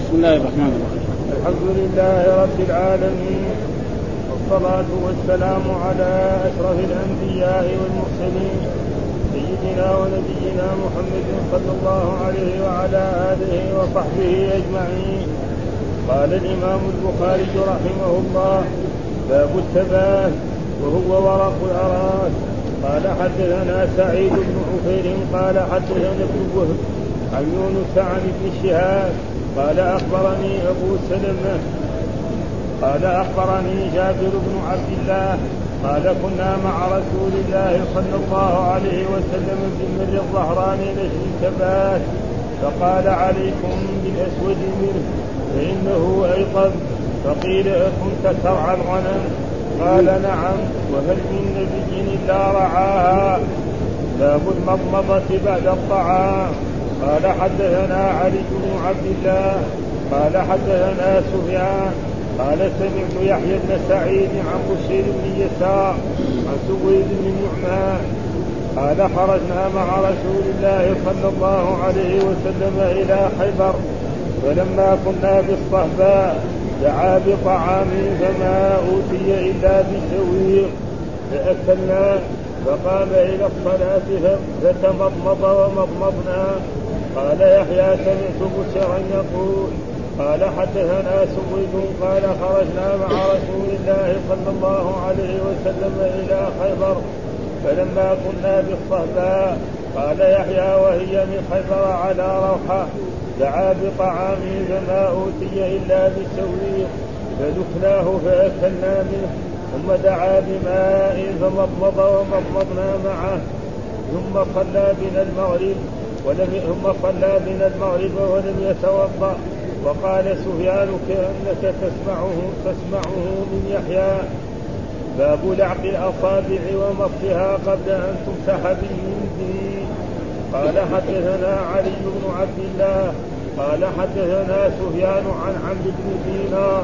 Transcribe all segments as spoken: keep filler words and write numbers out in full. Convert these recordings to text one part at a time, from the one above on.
بسم الله الرحمن الرحيم. الحمد لله رب العالمين، والصلاة والسلام على أشرف الأنبياء والمرسلين سيدنا ونبينا محمد صلى الله عليه وعلى آله وصحبه أجمعين. قال الإمام البخاري رحمه الله: باب التباس وهو ورق الأراك. قال حدثنا سعيد بن عفير قال حدثنا ابن وهب عن يونس عن ابن شهاب قال أخبرني أبو سلمة قال أخبرني جابر بن عبد الله قال كنا مع رسول الله صلى الله عليه وسلم في المر الظهران نشري التباس، فقال: عليكم بالأسود منه فإنه أيقظ. فقيل: أكنت ترعى الغنم؟ قال: نعم، وهل من نبي إلا رعاها. باب المضمضة بعد الطعام. قال حدثنا علي بن عبد الله قال حدثنا سفيان قال سمعت يحيى بن سعيد عن بشير بن يسار عن سويد بن النعمان قال: خرجنا مع رسول الله صلى الله عليه وسلم إلى خيبر، فلما كنا بالصهباء دعا بطعام فما أوتي إلا بسويق فأكلنا، فقام إلى الصلاة فتمضمض ومضمضنا. قال يحيى: سمعت بشرا يقول قال حدثنا سويد قال: خرجنا مع رسول الله صلى الله عليه وسلم إلى خيبر، فلما كنا بالصهباء قال يحيى وهي من خيبر على روحة دعا بطعام فما أوتي إلا بسويق فدفناه فأكلنا منه، ثم دعا بماء فمضمض ومضمضنا معه، ثم صلى بنا المغرب ولم ثم صلى بنا المغرب ولم يتوضأ. وقال سفيان: كأنك تسمعه تسمعه من يحيى. باب لعق الأصابع ومصها قبل أن تمسح باليمين. قال حدثنا علي بن عبد الله قال حدثنا سفيان عن عمرو بن دينار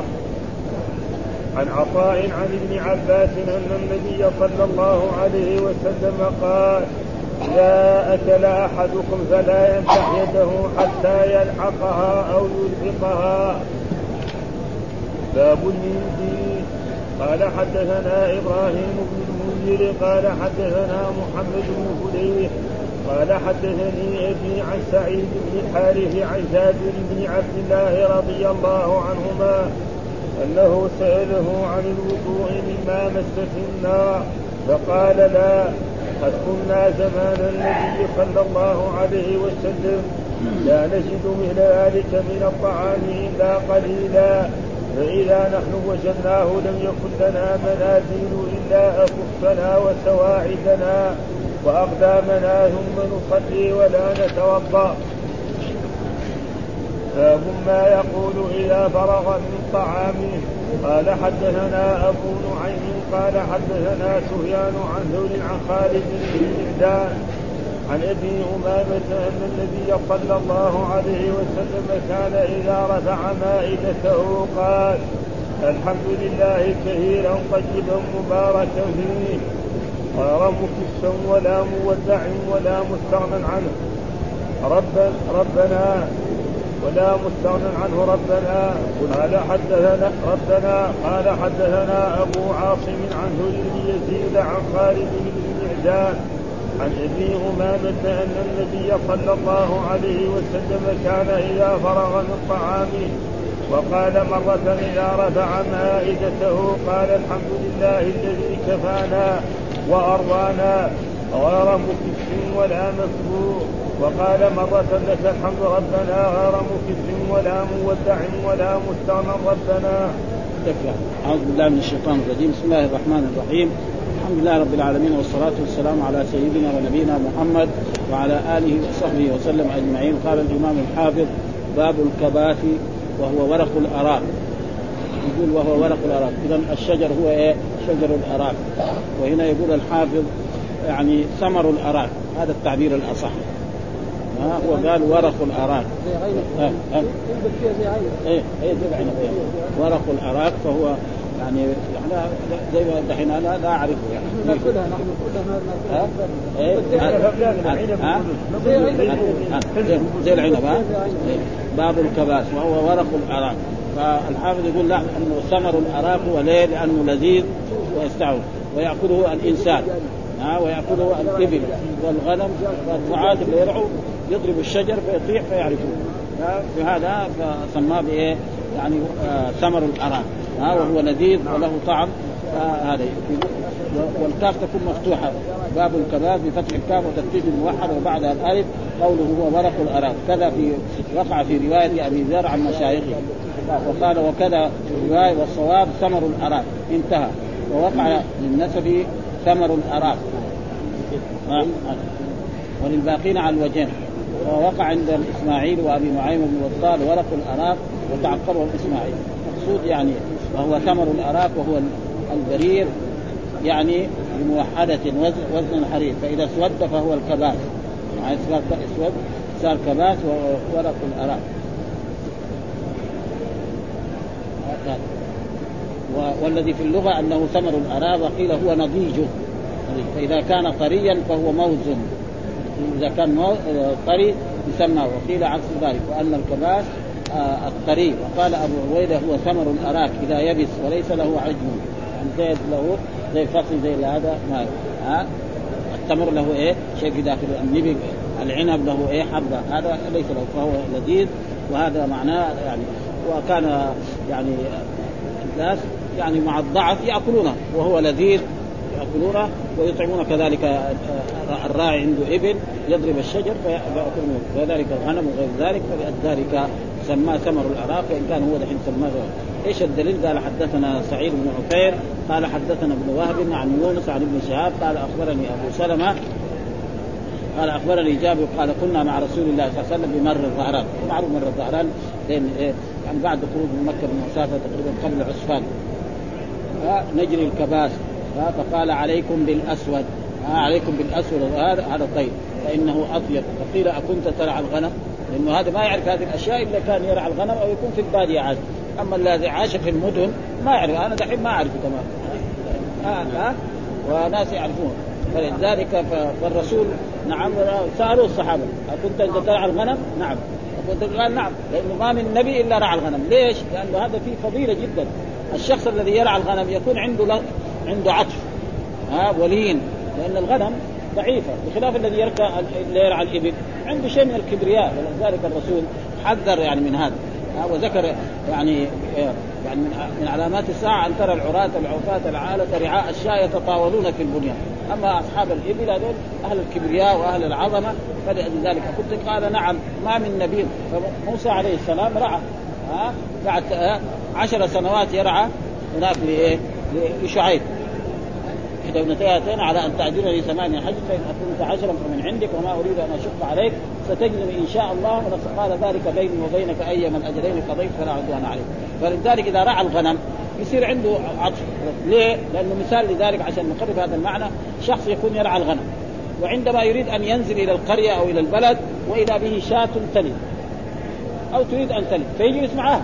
عن عطاء عن ابن عباس أن النبي صلى الله عليه وسلم قال: إذا أكل أحدكم فلا يمسح يده حتى يلحقها أو يلحقها. باب المنديل. قال حدثنا إبراهيم بن المنذر قال حدثنا محمد بن فليح قال حدثني أبي عن سعيد بن الحارث عن جابر بن عبد الله رضي الله عنهما أنه سأله عن الوضوء مما مست النار، فقال: لا، قد كنا زمان النبي صلى الله عليه وسلم لا نجد مثل ذلك من الطعام إلا قليلا، فإذا نحن وجدناه لم يكن لنا منازل إلا أكفنا وسواعدنا وأقدامنا ثم نصلي ولا نتوضأ. باب ما يقول إذا فرغ من طعامه. قال حدثنا أبو نعيم قال حدثنا سفيان عن ثور عن خالد بن معدان عن أبي أمامة أن النبي صلى الله عليه وسلم كان إذا رفع مائدته قال: الحمد لله كثيرا طيبا مباركا فيه، غير مكسا ولا مودع ولا مستغنى عنه ربنا, ربنا ولا مستغنى عنه ربنا. قال حدثنا ربنا قال حدثنا أبو عاصم عن ثور بن يزيد عن خالد بن معدان عن أبي أمامة أن النبي صلى الله عليه وسلم كان إذا فرغ من طعامه وقال مرة إذا رفع مائدته قال: الحمد لله الذي كفانا وأرضانا غير مكس ولا مكروه. وقال مرة: لك الحمد ربنا غير مكس ولا مودع ولا مستغنى ربنا. أعوذ بالله من الشيطان الرجيم. بسم الله الرحمن الرحيم. الحمد لله رب العالمين، والصلاة والسلام على سيدنا ونبينا محمد وعلى آله وصحبه وسلم أجمعين. قال الإمام الحافظ: باب الكباث وهو ورق الأراك. يقول وهو ورق الأراك، إذن الشجر هو إيه؟ شجر الأراك. وهنا يقول الحافظ يعني ثمر الأراك، هذا التعبير الأصح. ها هو قال ورق الأراك. ها ها ايه ايه زي العنب. ورق الأراك فهو يعني يعني زي ما دحين انا لا اعرفه يعني. ناكلها نحن كلها ناكلها. ايه زي العنب. ها زي العنب. ها باب الكباس وهو ورق الأراك. فالحافظ يقول لا أنه ثمر الأراك هو ليه؟ لأنه لذيذ ويستعمل ويأكله الإنسان ها ويأكله الإبل والغنم والسعاد اللي يرعوا يضرب الشجر فيطيح فيعرفوه بهذا فسماه بإيه يعني آه ثمر الأراك ها وهو لذيذ وله طعم. هذا والكاف تكون مفتوحة باب الكباس بفتح الكاف وتسديد الموحد وبعدها الألف قوله هو ورق الأراك. كذا في وقع في رواية أبي ذر عن مشايخه وقال وكذا في رواية والصواب ثمر الأراك انتهى. ووقع للنسب ثمر الأراك وللباقين على الوجه. ووقع عند الإسماعيل وأبي نعيم بن وطال ورق الأراك وتعقبه الإسماعيل مقصود يعني وهو ثمر الأراك وهو البرير يعني بموحدة وزن الحرير فإذا اسود فهو الكباس يعني اسود صار كباس وورق الأراك. والذي في اللغة أنه ثمر الأراك وقيل هو نضيجه فإذا كان طريا فهو موز إذا كان طري يسمى وقيل عكس ذلك وأن الكباس الطري. وقال أبو عويدة هو ثمر الأراك إذا يبس وليس له عجم يعني زي له زي فصل زي هذا ما ها التمر له إيه شيء في داخل النبي العنب له إيه حبة هذا ليس له فهو لذيذ وهذا معناه يعني. وكان يعني الناس يعني مع الضعف يأكلونه وهو لذيذ يأكلونه ويطعمون كذلك. الراعي عنده إبل يضرب الشجر فيأكلونه وذلك الغنم وغير ذلك فلذلك سماه ثمر الأراك وإن كان هو دحين سماه. إيش الدليل؟ قال حدثنا سعيد بن عفير قال حدثنا ابن وهب عن يونس عن ابن شهاب قال أخبرني أبو سلمة قال أخبرني جابر قال كنا مع رسول الله صلى الله عليه وسلم بمر الظهران. معروف مر الظهران لأن يعني بعد خروج من مكة من مسافة تقريبا قبل عسفان نجري الكباس فقال عليكم بالأسود عليكم بالأسود هذا هذا طيب فإنه أطيب. فقيل أكنت ترعى الغنم لأنه هذا ما يعرف هذه الأشياء إلا كان يرعى الغنم أو يكون في البادية عاش. أما الذي عاش في المدن ما يعرف. أنا دحين ما أعرف كمان ها ها وناس يعرفون. فلذلك فالرسول نعم سألوا الصحابة أكنت أنت ترعى الغنم؟ نعم. قال نعم لأنه ما من نبي إلا رعى الغنم. ليش؟ لأنه هذا فيه فضيلة جدا. الشخص الذي يرعى الغنم يكون عنده عنده عطف ها ولين لأن الغنم ضعيفة بخلاف الذي يركع اللي يرعى الإبل عنده شيء من الكبرياء. ولذلك الرسول حذر يعني من هذا وذكر يعني يعني من علامات الساعة أن ترى العراة العوفاة العالة رعاء الشاة يتطاولون في البنيان. أما أصحاب الإبل هذول أهل الكبرياء وأهل العظمة فلذلك كنت قال نعم ما من نبي. فموسى عليه السلام رعى ها بعد عشر سنوات يرعى هناك لإيه لشعيب إحدى ابنتين على أن تعجلني ثمانية حج فإن أكنت عشرا فمن عندك وما أريد أن أشق عليك ستجدني إن شاء الله. قال ذلك بيني وبينك أيما الأجلين قضيت فلا عدوان عليك. فلذلك إذا رعى الغنم يصير عنده عطف. ليه؟ لأنه مثال لذلك عشان نقرب هذا المعنى شخص يكون يرعى الغنم وعندما يريد أن ينزل إلى القرية أو إلى البلد وإذا به شاة تلد أو تريد أن تلد فيجلس معها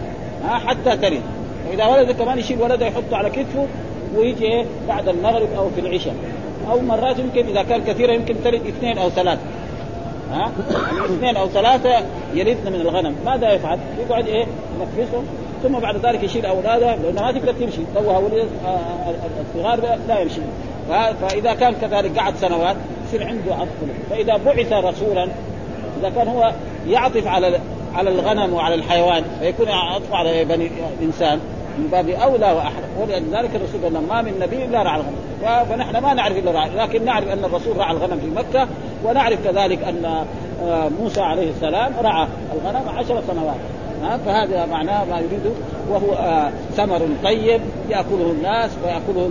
حتى تلد. وإذا ولد كمان يشيل ولده يحطه على كتفه ويجي بعد المغرب أو في العشاء أو مرات يمكن إذا كان كثيرا يمكن تلد اثنين أو ثلاثة ها اثنين أو ثلاثة يلدن من الغنم. ماذا يفعل؟ يقعد إيه ينفسهم ثم بعد ذلك يشيل أولاده لأنه ما تقدر تمشي توها ولد الصغار لا يمشي. فإذا كان كذلك قعد سنوات يصير عنده عطف. فإذا بعث رسولا إذا كان هو يعطف على على الغنم وعلى الحيوان فيكون عطف على بني الإنسان من باب أولى وأحرى. ولذلك الرسول قال ما من نبي إلا رعى الغنم. فنحن ما نعرف إلا رعى لكن نعرف أن الرسول رعى الغنم في مكة ونعرف كذلك أن موسى عليه السلام رعى الغنم عشر سنوات. فهذا معناه ما يريده وهو ثمر طيب يأكله الناس ويأكله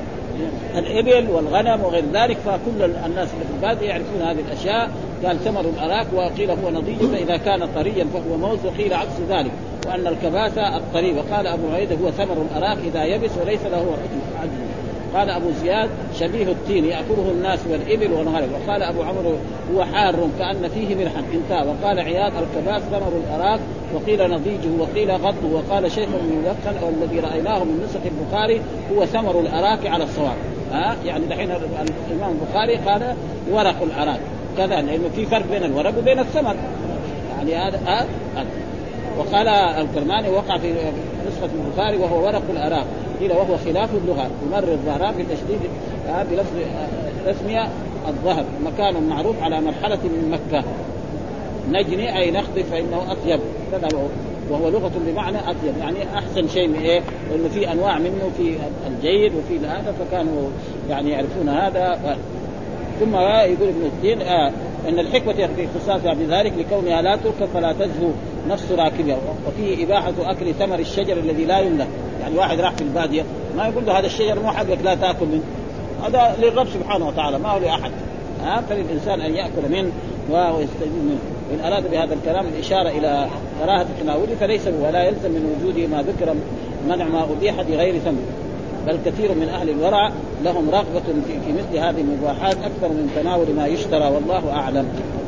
الإبل والغنم وغير ذلك. فكل الناس اللي في البادية يعرفون هذه الأشياء. قال ثمر الأراك وقيل هو نضيج فإذا كان طريا فهو موز وقيل عكس ذلك وأن الكباسة الطري. وقال أبو عيدة هو ثمر الأراك إذا يبس وليس له عجل. قال أبو زياد شبيه التين يأكله الناس والإبل والغنم. وقال أبو عمرو هو حار كأن فيه مرحا انتهى. وقال عياض الكباس ثمر الأراك وقيل نضيجه وقيل غضه. وقال شيخ من ملقن والذي رأيناه من نسخ البخاري هو ثمر الأراك على الصواب. ها يعني دحين الإمام البخاري قال ورق الأراك كذا لأنه في فرق بين الورق وبين الثمر. يعني هذا آه آه. وقال الكرماني وقع في نسخة البخاري وهو ورق الأراك، قيل وهو خلاف اللغة، يمر الظهران بالتشديد آه بلفظ آه رسمية الظهر، مكان معروف على مرحلة من مكة. نجني أي نخطف فإنه أطيب، وهو لغة بمعنى أطيب، يعني أحسن شيء من إيه، لأنه في أنواع منه، في الجيد وفي هذا، فكانوا يعني يعرفون هذا. ثم يقول ابن الدين آه أن الحكمة في اختصاصها بذلك لكونها لا تركب فلا تزهو نفس راكبها، وفيه إباحة أكل ثمر الشجر الذي لا يملك. يعني واحد راح في البادية ما يقول له هذا الشجر مو حقك لا تأكل منه، هذا للرب سبحانه وتعالى ما هو لأحد، ها فللإنسان أن يأكل منه ويستجيب منه. وإن أراد بهذا الكلام الإشارة إلى كراهة تناوله فليس ولا يلزم من وجوده ما ذكر منع ما أبيح بغير ثمر، بل كثير من أهل الورع لهم رغبة في, في مثل هذه المباحات أكثر من تناول ما يشترى، والله أعلم.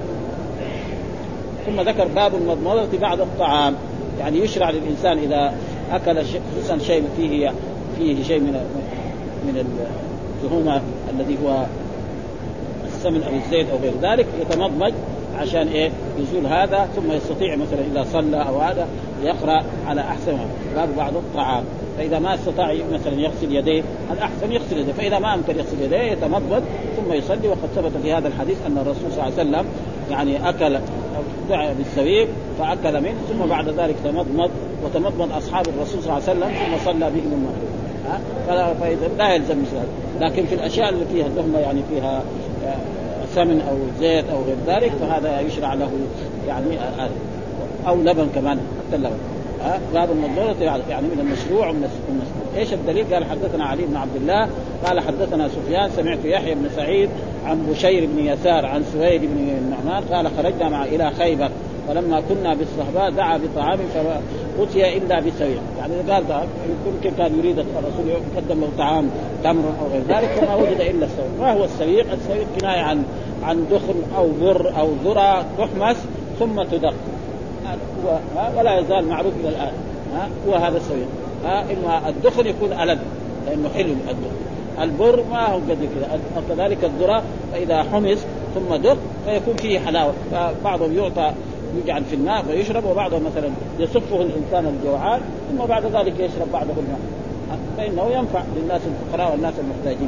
ثم ذكر باب المضمضة بعد الطعام، يعني يشرع للإنسان إذا أكل خصوصا شيء فيه فيه شيء من من الزهومة الذي هو السمن أو الزيت أو غير ذلك يتمضمض عشان إيه يزول هذا، ثم يستطيع مثلا إذا صلى أو هذا يقرأ على أحسن. باب بعد الطعام، فإذا ما استطاع مثلا يغسل يديه الأحسن يغسل يديه، فإذا ما أمكن يغسل يديه يتمضمض ثم يصلي. وقد ثبت في هذا الحديث أن الرسول صلى الله عليه وسلم يعني أكل دعا بالسويق فأكل منه ثم بعد ذلك تمضمض، وتمضمض أصحاب الرسول صلى الله عليه وسلم ثم صلى بهم المغرب. ها فإذا لا يلزم مثل، لكن في الأشياء اللي فيها دهمة يعني فيها سمن أو زيت أو غير ذلك فهذا يشرع له يعني أو لبن كمان حتى اللبن. ها باب المضمضة يعني من المشروع ومن المسنون. ايش الدليل؟ قال حدثنا علي بن عبد الله قال حدثنا سفيان سمعت يحيى بن سعيد عن بشير بن يسار عن سويد بن النعمان قال خرجنا مع الى خيبر فلما كنا بالصحباء دعا بطعام فأتي الا بسويق، يعني قال يمكن كان يريد الرسول يقدم له طعام تمر او غير ذلك فما وجد الا السويق. ما هو السويق؟ السويق كنايه عن عن دخن او بر او ذره تحمس ثم تدق، ولا يزال معروف الى الان. ها هو هذا السويق. ها اما الدخن يكون ألد لانه حلو الدخن، البر ما هو قد كذا، وكذلك الذره فاذا حمس ثم دق فيكون فيه حلاوه، فبعضهم يعطى يجعل في الماء فيشرب، وبعضهم مثلا يصفه الانسان الجوعان ثم بعد ذلك يشرب بعضه الماء، فانه ينفع للناس الفقراء والناس المحتاجين.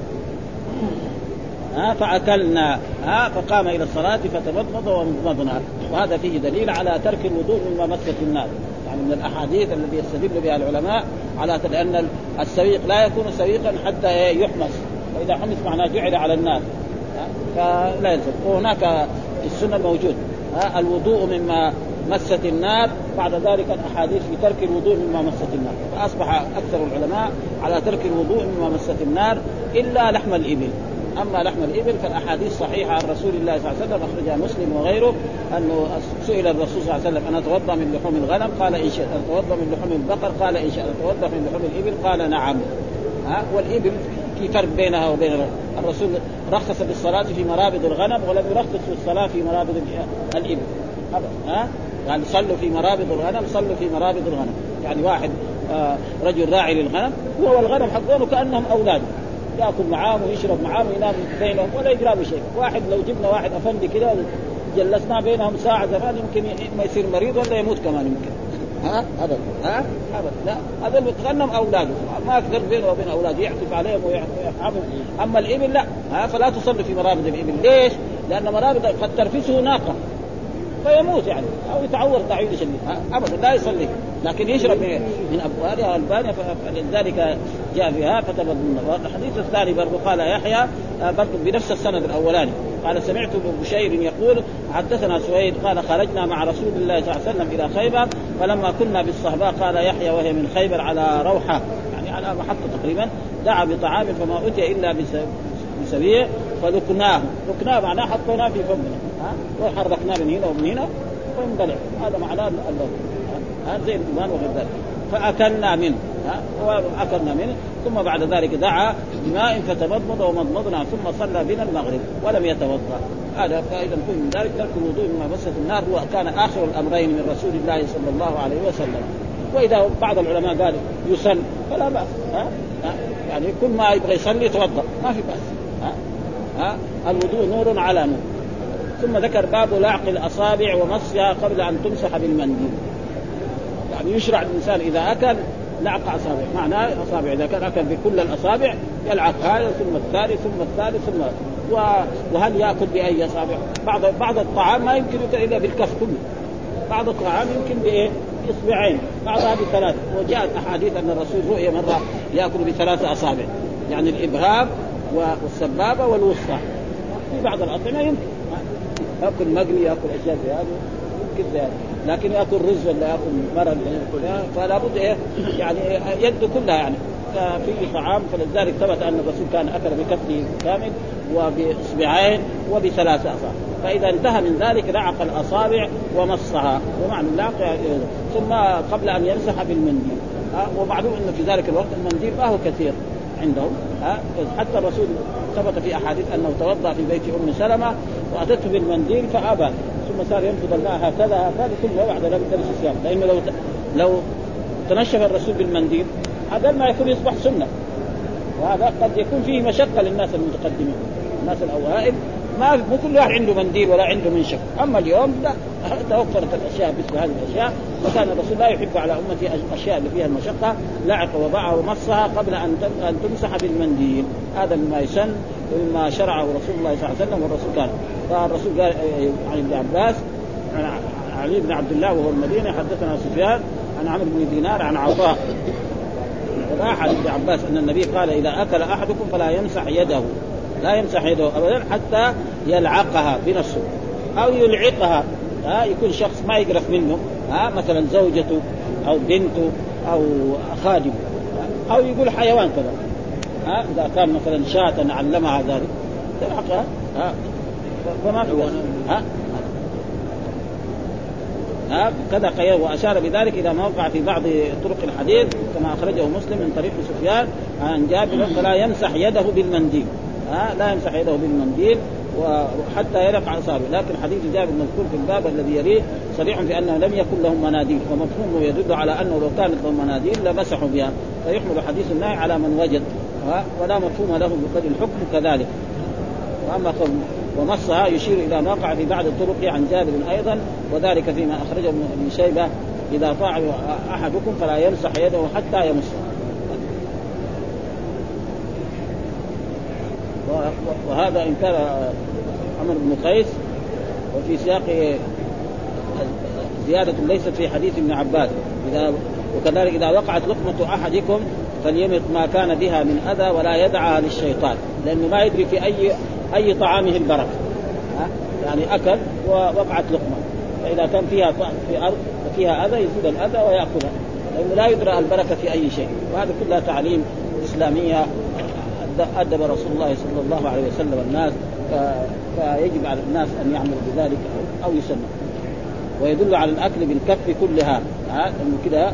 ها فأكلنا ها فقام إلى الصلاة فتمضمض ومضمضنا، وهذا فيه دليل على ترك الوضوء مما مست النار، يعني من الأحاديث التي يستدل بها العلماء على أن السويق لا يكون سويقا حتى يحمس، وإذا حمس معناه جعل على النار فلا يلزم. وهناك في السنة موجود ها الوضوء مما مست النار، بعد ذلك الأحاديث في ترك الوضوء مما مست النار، فأصبح أكثر العلماء على ترك الوضوء مما مست النار إلا لحم الإبل. أما لحم الإبل فالأحاديث صحيحة عن رسول الله صلى الله عليه وسلم أخرجها مسلم وغيره أنه سئل الرسول صلى الله عليه وسلم أنا أتوضأ من لحوم الغنم قال إن شئت، أتوضأ من لحوم البقر قال إن شئت، أتوضأ من لحوم الإبل قال نعم. ها والإبل في فرق بينها وبين الرسول، رخص بالصلاة في مرابض الغنم ولم يرخص في الصلاة في مرابض الإبل. ها يعني صلوا في مرابض الغنم، صلوا في مرابض الغنم، يعني واحد آه رجل راعي للغنم هو والغنم حقونه كأنهم أولاده، يأكل معاهم ويشرب معاهم وينام بينهم ولا يجرى بشيء. واحد لو جبنا واحد أفندي كده جلسنا بينهم ساعة زمان يمكن ما يصير مريض ولا يموت كمان يمكن. ها أبدا ها أبدا لا، هذا المتغنم أولاده ما يقدر بينه وبين أولاده يعطف عليهم ويفعمهم. أما الإبل لا، ها فلا تصلي في مرابض الإبل. ليش؟ لأن مرابض قد ترفسه ناقة فيموت يعني أو يتعور تعويض شديد، أبدا لا يصلي، لكن يشرب من أبوالها والبانية، فلذلك جاء بها فتبضمنا. والحديث الثاني برضو قال يحيى برضو بنفس السند الأولاني قال سمعت بشير يقول حدثنا سويد قال خرجنا مع رسول الله صلى الله عليه وسلم إلى خيبر فلما كنا بالصحباء قال يحيى وهي من خيبر على روحة يعني على محطة تقريبا دعا بطعام فما أتي إلا بسويع فلقناه، لقناه معناه حطيناه في فمنا ها وحركناه من هنا ومن هنا وانبلع، هذا معناه اللون هذا زي الإيمان وغير ذلك. فأكلنا منه ها وأكلنا منه ثم بعد ذلك دعا بماء فتمضمض ومضمضنا ثم صلى بنا المغرب ولم يتوضأ. هذا فإذا نقول من ذلك ترك الوضوء مما مست النار هو كان آخر الأمرين من رسول الله صلى الله عليه وسلم. وإذا بعض العلماء قال يسن فلا بأس ها؟ ها؟ يعني كل ما يبغى يصلي يتوضأ ما في بأس. ها؟ ها؟ الوضوء نور على نور. ثم ذكر باب لعق الأصابع ومصها قبل أن تمسح بالمنديل. يعني يشرع الإنسان إذا أكل لعق أصابع، معناه أصابع إذا كان أكل بكل الأصابع يلعق هذا ثم الثاني ثم الثالث ثم و... وهل يأكل بأي أصابع؟ بعض بعض الطعام ما يمكن يأكل إلا بالكف كله، بعض الطعام يمكن بإيه؟ بإصبعين، بعضها بثلاث. وجاءت أحاديث أن الرسول رؤيا مرة يأكل بثلاث أصابع، يعني الإبهام والسبابة والوسطى. في بعض الأطعمة يمكن يأكل مقلي، يأكل أشياء زي هذه يمكن زي هذا، لكن يأكل رز ولا يأكل مرق فلا بد إيه يعني يده كلها يعني في طعام. فلذلك ثبت أن الرسول كان أكل بكفه كامل وبإصبعين وبثلاث أصابع. فإذا انتهى من ذلك لعق الأصابع ومصها، ومعنى اللعق ثم قبل أن يمسح بالمنديل. ومعلوم أن في ذلك الوقت المنديل ما هو كثير عندهم، حتى الرسول ثبت في أحاديث أنه توضأ في بيت أم سلمة وأتته بالمنديل فأبى، ثم صار ينفض الماء هكذا هكذا ثم بعد ذلك درس الصيام. لأنه لو لو تنشف الرسول بالمنديل هذا ما يكون يصبح سنة، وهذا قد يكون فيه مشقة للناس المتقدمين. الناس الأوائل ما مو كل واحد عنده منديل ولا عنده منشف، أما اليوم لا توفرت الأشياء مثل هذه الأشياء. وكان الرسول لا يحب على أمتي الأشياء اللي فيها المشقة، لعق وضعها ومصها قبل أن أن تمسح بالمنديل. هذا مما يسن ومما شرعه رسول الله صلى الله عليه وسلم، والرسول كان. فالرسول قال عن ابن عباس عن علي بن عبد الله وهو المديني حدثنا سفيان عن عمرو بن دينار عن عطاء راح عن ابن عباس أن النبي قال إذا أكل أحدكم فلا يمسح يده، لا يمسح يده أبدا حتى يلعقها بنفسه أو يلعقها. ها يكون شخص ما يقرف منه، ها مثلا زوجته أو بنته أو خادمه، أو يقول حيوان كذا، ها إذا كان مثلا شاة علمها ذلك تلعقها، ها فما في ها ها كذا قيل. وأشار بذلك إلى ما وقع في بعض طرق الحديث كما أخرجه مسلم من طريق سفيان عن جابر فلا يمسح يده بالمنديل، ها لا يمسح يده بالمنديل وحتى يلق أصابعه. لكن حديث جابر المذكور في الباب الذي يليه صريح في أنه لم يكن لهم مناديل، ومفهومه يدل على أنه لو كانت لهم مناديل لمسحوا بها، فيحمل حديث النهي على من وجد، ها ولا مفهوم له بقدر الحكم كذلك. وأما ومصها يشير إلى ما وقع في بعض الطرق عن جابر أيضا، وذلك فيما أخرجه ابن شيبة إذا طاع أحدكم فلا يمسح يده حتى يمسها. وهذا إن كان عمرو بن قيس وفي سياق زيادة ليست في حديث ابن عباس. إذا وكذلك إذا وقعت لقمة أحدكم فليمت ما كان بها من أذى ولا يدعها للشيطان، لأنه ما يدري في أي أي طعامه البركة، يعني أكل ووقعت لقمة، فإذا كان فيها في أرض وفيها أذى يزيد الأذى ويأكلها، لأنه لا يدرى البركة في أي شيء. وهذا كلها تعليم إسلامية أدب رسول الله صلى الله عليه وسلم الناس، فيجب على الناس أن يعملوا بذلك أو يسنوا. ويدل على الأكل بالكف كلها، أنه كده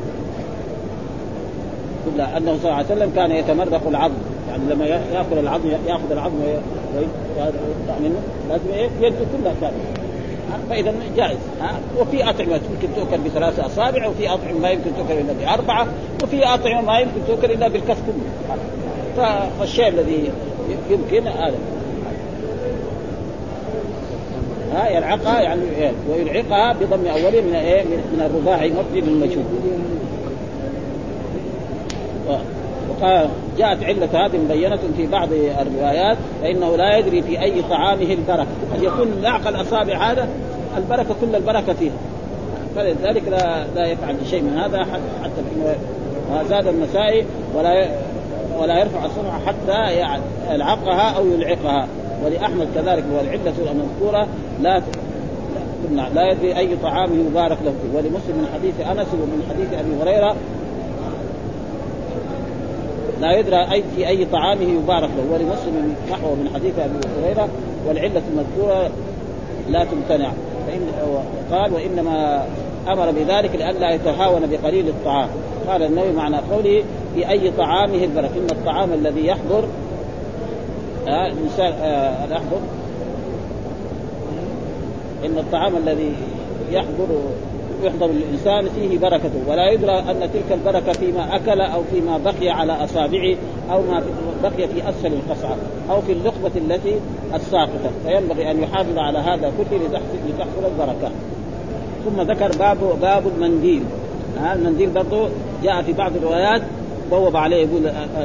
كلها أنه صلى الله عليه وسلم كان يتمرق العظم، يعني لما يأكل العظم يأخذ العظم ويعني لازم يده كلها كامل، فإذا جائز. وفي أطعمة يمكن تؤكل بثلاث أصابع، وفي أطعمة ما يمكن تؤكل إلا بأربعة، وفي أطعمة ما يمكن تؤكل إلا بالكف كله. فالشيء الذي يمكن هذا ها يلعقها يعني ويلعقها بضم أوله من إيه من الرباعي مبني للمجهول. وقال جاءت علة هذه مبينة في بعض الروايات، فإنه لا يدري في أي طعامه البركة، قد يكون لعق الأصابع هذا البركة كل البركة فيها، فلذلك لا لا يفعل شيء من هذا. حتى زاد النسائي ولا ولا يرفع الصبع حتى يلعقها أو يلعقها. ولأحمد كذلك والعلة المذكورة لا لا يدري أي طعام يبارك له. ولمسلم من حديث أنس ومن حديث أبي هريرة لا يدرى أي في أي طعامه يبارك له. ولمسلم نحو من حديث أبي هريرة والعلة المذكورة لا تمتنع. فإن قال وإنما أمر بذلك لئلا يتهاون بقليل الطعام. قال النبي معنى قوله في أي طعامه البركة، إن الطعام الذي يحضر آه مثال آه يحضر إن الطعام الذي يحضر يحضر الإنسان فيه بركته، ولا يدرى أن تلك البركة فيما أكل أو فيما بقي على أصابعه أو ما بقي في أسفل القصعة أو في اللقمة التي الساقطة، فينبغي أن يحافظ على هذا كله لتحصل البركة. ثم ذكر باب باب المنديل. ها المنديل برضو جاء في بعض الروايات بوب عليه يقول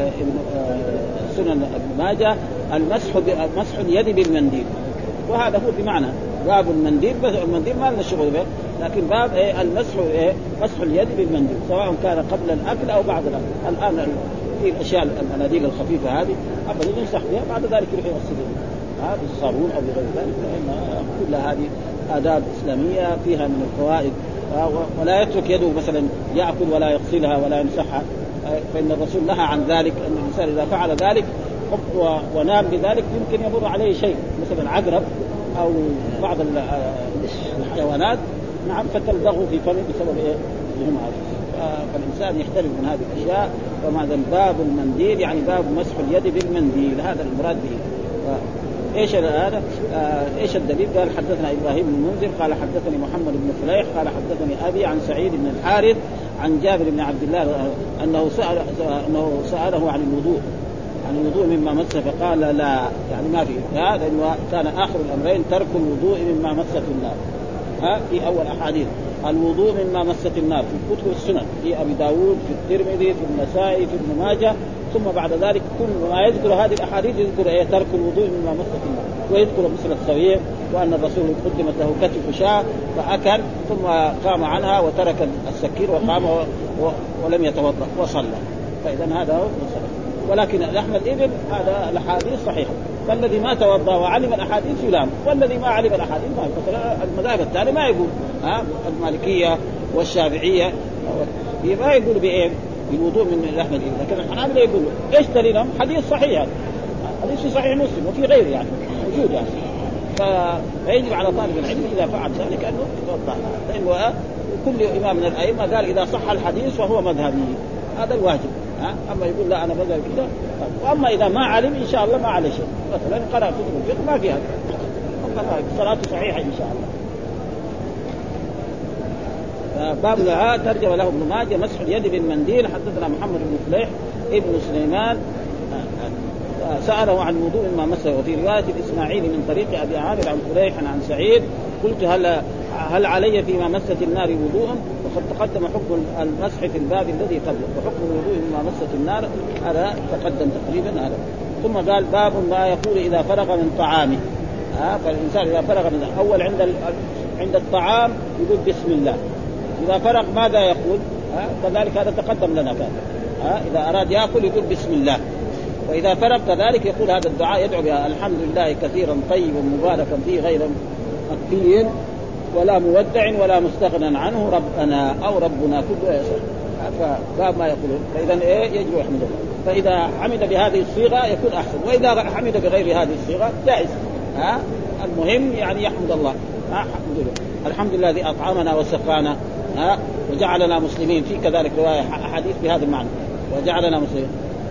سنن ابن ماجه المسح مسح اليد بالمنديل، وهذا هو بمعنى باب المنديل، بس المنديل ما لنا شغل به، لكن باب إيه المسح إيه مسح اليد بالمنديل سواء كان قبل الأكل أو بعد الأكل. الآن في الأشياء المناديل الخفيفة هذه أبدا يمسح بها، بعد ذلك يروح يغسلها هذا بالصابون أو بغير ذلك، فإن كل هذه آداب إسلامية فيها من الفوائد. ولا يترك يده مثلا يأكل ولا يغسلها ولا يمسحها، فإن الرسول نهى عن ذلك، أن الإنسان إذا فعل ذلك ونام بذلك يمكن يمر عليه شيء مثلا عقرب أو بعض الحيوانات نعم فتلدغه في فمه بسبب إيه لهم هذا، فالإنسان يحترم من هذه الأشياء. وماذا باب المنديل يعني باب مسح اليد بالمنديل، هذا المراد به. ايش هذا آه ايش الدليل؟ قال حدثنا ابراهيم بن المنذر قال حدثني محمد بن فليح قال حدثني ابي عن سعيد بن الحارث عن جابر بن عبد الله انه سأل انه ساله عن الوضوء عن الوضوء مما مس فقال لا، يعني ما في هذا، انه كان اخر الامرين ترك الوضوء مما مست النار. ها في اول احاديث الوضوء مما مست النار في كتب السنن، في ابي داود في الترمذي في النسائي في ابن ماجه، ثم بعد ذلك كل ما يذكر هذه الاحاديث يذكر ايه ترك الوضوء مما مست النار، ويذكر مثل السويه وان الرسول قدمت له كتف شاة فاكل ثم قام عنها وترك السكير وقام ولم يتوضا وصلى، فاذا هذا هو الصلاة. ولكن لحم الابل هذا الاحاديث صحيحه، فالذي ما توضا وعلم الاحاديث يلام، والذي ما علم الاحاديث ما يقول. المذاهب الثانيه ما يقول، ها المالكيه والشافعيه ما يقول بايه بالوضوء من لحم الابل، لكن الحنابلة يقولوا ايش دليلهم؟ حديث صحيح، حديث في صحيح مسلم وفي غيره يعني موجود يعني. فيجب على طالب العلم اذا فعل ذلك انه يتوضا، لانه كل امام من الائمه قال اذا صح الحديث فهو مذهبي، هذا الواجب. ها اما يقول لا انا بذهب كذا، واما اذا ما علم ان شاء الله ما عليه شيء، مثلا قرأ كتب الفقه ما فيها صلاته صحيحه ان شاء الله. باب لها ترجم له ابن ماجه مسح اليد بالمنديل. حدثنا محمد بن فليح ابن سليمان سأله عن وضوء ما مسه، وفي رواية الإسماعيلي من طريق أبي عامر عن فليح عن سعيد قلت هل هل علي فيما مست النار وضوء؟ وقد تقدم حكم المسح في الباب الذي قبله، وحكم الوضوء مما مست النار هذا تقدم تقريبا هذا. ثم قال باب ما يقول إذا فرغ من طعامه. ها فالإنسان إذا فرغ من أول عند عند الطعام يقول بسم الله، إذا فرغ ماذا يقول؟ ها كذلك هذا تقدم لنا كذا. ها إذا أراد يأكل يقول بسم الله، وإذا فرغ كذلك يقول هذا الدعاء يدعو بها الحمد لله كثيرا طيبا مباركا فيه غير مكفي ولا مودع ولا مستغنى عنه ربنا أو ربنا كله يسر. فباب ما يقولون، فإذا إيه يجب يحمد الله، فإذا حمد بهذه الصيغة يكون أحسن، وإذا حمد بغير هذه الصيغة جائز. ها المهم يعني يحمد الله. ها الحمد لله الحمد لله الذي أطعمنا وسقانا ها وجعلنا مسلمين، في كذلك رواية حديث بهذا المعنى وجعلنا مسلمين.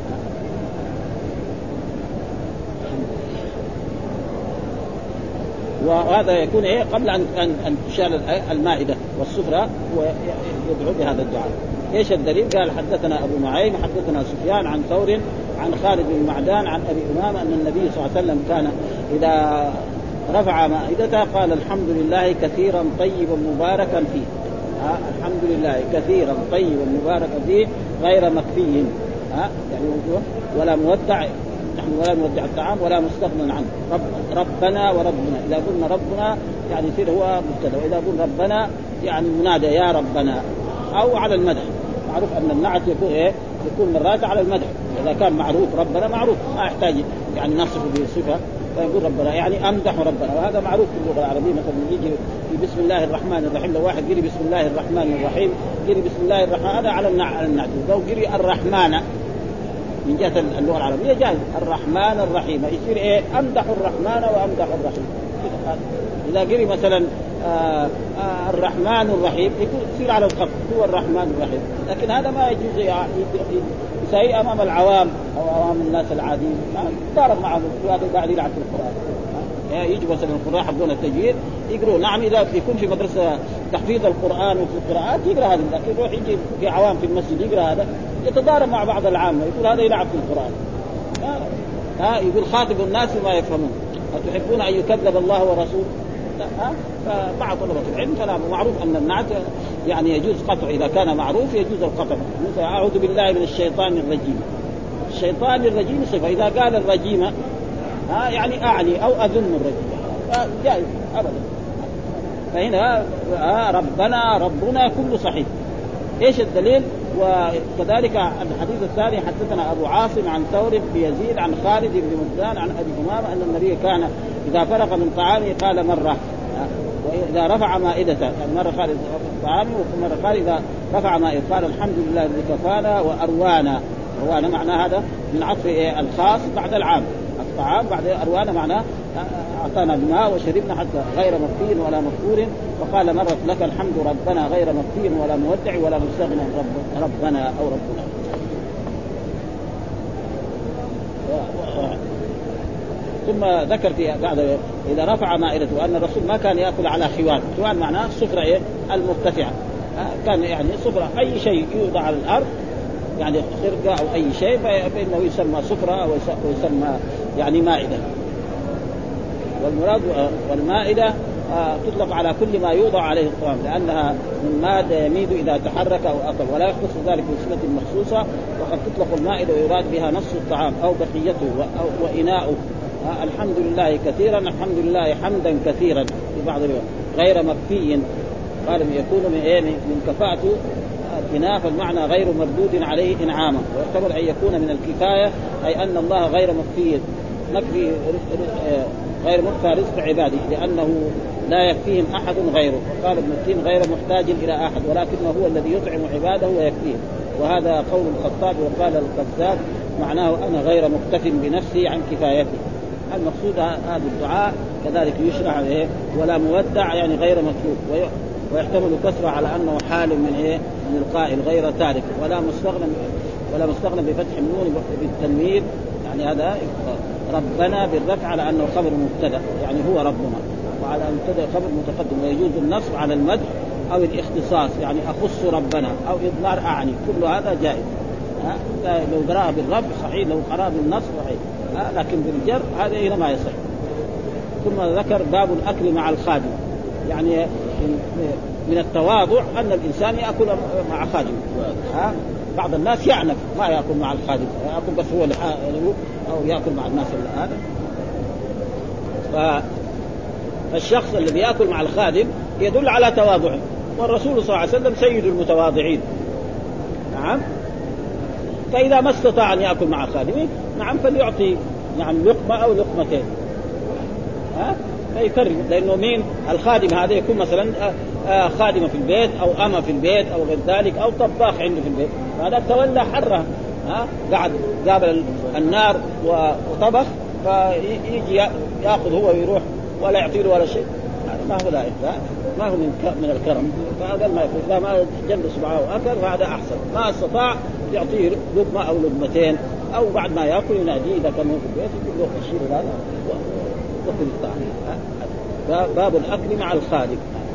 وهذا يكون ايه قبل ان ان تشال المائده والسفره ويدعو بهذا الدعاء. ايش الدليل؟ قال حدثنا ابو نعيم حدثنا سفيان عن ثور عن خالد بن معدان عن ابي امامه ان النبي صلى الله عليه وسلم كان اذا رفع مائدته قال الحمد لله كثيرا طيبا مباركا فيه. ها الحمد لله كثيرا طيبا مباركا فيه غير مكفي، ها يعني ولا مودع، نحن ولا نودع الطعام ولا مستغنى عنه. رب ربنا وربنا، إذا قلنا ربنا يعني يصير هو مبتدا، وإذا قلنا ربنا يعني منادى يا ربنا أو على المدح. معروف أن النعت يكون إيه؟ يكون مرات على المدح، إذا كان معروف ربنا معروف ما يحتاج يعني نصفه بصفة، فيقول ربنا يعني أمدح ربنا، وهذا معروف في اللغة العربية. مثلا يجي في بسم الله الرحمن الرحيم، لو واحد قري بسم الله الرحمن الرحيم قري بسم الله الرحمن هذا على النعت، لو قري الرحمن من جهة اللغة العربية جاهز الرحمن الرحيم يصير إيه أمدح الرحمن وأمدح الرحيم. إذا قري مثلا آآ آآ الرحمن الرحيم يصير على الخط هو الرحمن الرحيم، لكن هذا ما يجوز يساوي أمام العوام أو أمام الناس العاديين، ضارب معهم وهذا قاعد يلعب في القرآن. يعني يجوا مثلا القراء حقون التجويد يقروا. نعم إذا يكون في مدرسة تحفيظ القرآن وفي القراءات يقرأ هذا، لكن يروح يجي في عوام في المسجد يقرأ هذا يتضارب مع بعض العامة، يقول هذا يلعب في القرآن. ها يقول خاطب الناس ما يفهمون، أتحبون أن يكذب الله ورسوله؟ ها فمع طلبة العلم كلام معروف أن النعت يعني يجوز قطع، إذا كان معروف يجوز القطع. مثل أعوذ بالله من الشيطان الرجيم، الشيطان الرجيم صفة، إذا قال الرجيم ها يعني أعني أو أذم الرجيم جائز أبدا. فهنا ربنا ربنا كله صحيح. إيش الدليل؟ وكذلك الحديث الثاني حدثنا أبو عاصم عن ثور بن يزيد عن خالد بن مزدان عن أبي أمامة أن النبي كان إذا فرغ من طعامه قال مرة، وإذا رفع مائدته يعني مرة خالد طعامه ومرة خالد إذا رفع مائدته قال الحمد لله الذي كفانا وأروانا. أروانا معنى هذا من عطف الخاص بعد العام، الطعام بعد أروانا معناه أعطانا الماء وشربنا حتى غير مكفين ولا مكفور. وقال مرة لك الحمد ربنا غير مكفين ولا مودع ولا مستغنى رب ربنا أو ربنا. ثم ذكر في بعد إذا رفع مائدته وأن الرسول ما كان يأكل على خوان. خوان معناه السفرة إيه المرتفعة، كان يعني سفرة أي شيء يوضع على الأرض يعني خرقة أو أي شيء فإنه يسمى سفرة أو يسمى يعني مائدة. والمراد والمائدة تطلق على كل ما يوضع عليه الطعام لأنها من مادة يميد إذا تحرك أو أكل، ولا يختص ذلك بصفة مخصوصة. وقد تطلق المائدة ويراد بها نص الطعام أو بقيته وإناؤه. الحمد لله كثيرا، الحمد لله حمدا كثيرا في بعض الوقت غير مكفي. قال يكون من إيه من كفاءته الإناء، فالمعنى غير مردود عليه إنعاما. ويعتبر أن يكون من الكفاية أي أن الله غير مكفي مكفي غير مكفى رزق عباده لأنه لا يكفيهم أحد غيره. قال ابن التين غير محتاج إلى أحد ولكنه هو الذي يطعم عباده ويكفيهم. وهذا قول الخطاب. وقال القذاب معناه أنا غير مكتف بنفسي عن كفايته. المقصود هذا الدعاء كذلك يشرع إيه ولا مودع يعني غير مطلوب، ويحتمل كسره على أنه حال من إيه من القائل غير تارك، ولا مستغنى ولا مستغنى بفتح النون بالتنوين يعني هذا ربنا بالرفع على أنه خبر مبتدأ يعني هو ربنا، وعلى أن مبتدأ خبر متقدم. ويجوز النصب على المدح أو الاختصاص يعني أخص ربنا أو إضمار أعني، كل هذا جائز. لو قرأ بالرفع صحيح، لو قرأ بالنصب صحيح، لكن بالجر هذا هنا ما يصح. ثم ذكر باب الأكل مع الخادم، يعني من التواضع أن الإنسان يأكل مع خادم. ها بعض الناس يعنف ما يأكل مع الخادم، يأكل بس هو لحاله أو يأكل مع الناس هذا. فالشخص الذي يأكل مع الخادم يدل على تواضعه، والرسول صلى الله عليه وسلم سيد المتواضعين. نعم. فإذا ما استطاع أن يأكل مع خادمه نعم فليعطي نعم لقمة أو لقمتين، ها فيكرم. لأنه مين الخادم هذا يكون مثلا خادمة في البيت أو أمة في البيت أو غير ذلك أو طباخ عنده في البيت، هذا تولى حره، ها قاعد قابل النار وطبخ فيجي يأخذ هو ويروح ولا يعطيه ولا شيء، ما هو ذلك، ما هو من من الكرم. فهذا ما يكون إذا ما جلس معه وأكل فهذا أحسن. ما استطاع يعطيه لقمة أو لقمتين أو بعد ما يأكل يناديه إذا كان في البيت يقول له أشير هذا وكل الطعام. باب الأكل مع الخادم.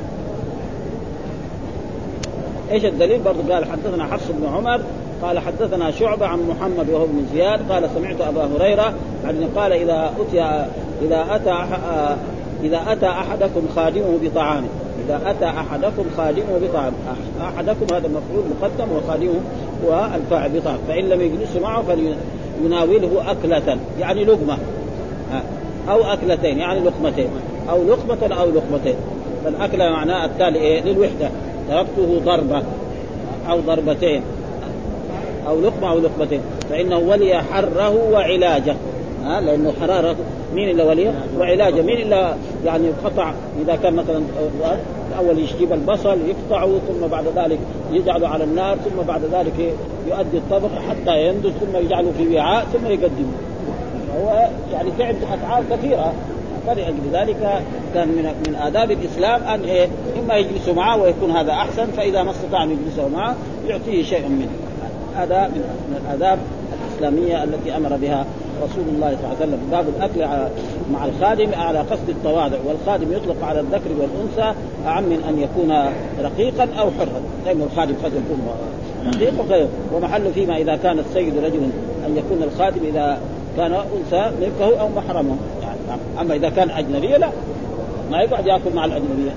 إيش الدليل؟ برضو قال حدثنا حفص بن عمر قال حدثنا شعبة عن محمد وهو بن زياد قال سمعت أبا هريرة عن قال إذا أتى إذا أتى إذا أتى أحدكم خادمه بطعام إذا أتى أحدكم خادمه بطعام أحدكم هذا مفعول مقدم وخادمه هو الفاعل بطعام، فإن لم يجلس معه فليناوله أكلة يعني لقمة أو أكلتين يعني لقمتين أو لقمة أو لقمتين. فالأكلة معناه التالي إيه للوحدة، تركته ضربة أو ضربتين أو لقمة أو لقمتين، فإنه ولي حره وعلاجه، ها لأنه حرارة مين إلا وليه وعلاجه، مين إلا يعني قطع إذا كان مثلا أول يجيب البصل يقطعه ثم بعد ذلك يجعله على النار ثم بعد ذلك يؤدي الطبخ حتى يندس ثم يجعله في وعاء ثم يقدمه. هو يعني تعب أفعال كثيرة، فلأجل ذلك كان من من آداب الإسلام أن إيه إما يجلسوا معه ويكون هذا أحسن، فإذا ما استطاع أن يجلسوا معه يعطيه شيء منه. هذا من الآداب الإسلامية التي أمر بها رسول الله صلى الله عليه وسلم. باب الأكل مع الخادم على قصد التواضع، والخادم يطلق على الذكر والأنثى أعم من أن يكون رقيقا أو حرا، لأن الخادم قد يكون رقيق وغيره. ومحل فيما إذا كان السيد رجلا أن يكون الخادم إذا كان أنثى ملكه أو محرمه يعني. أما إذا كان أجنبية لا، ما يقعد يأكل مع الأجنبية.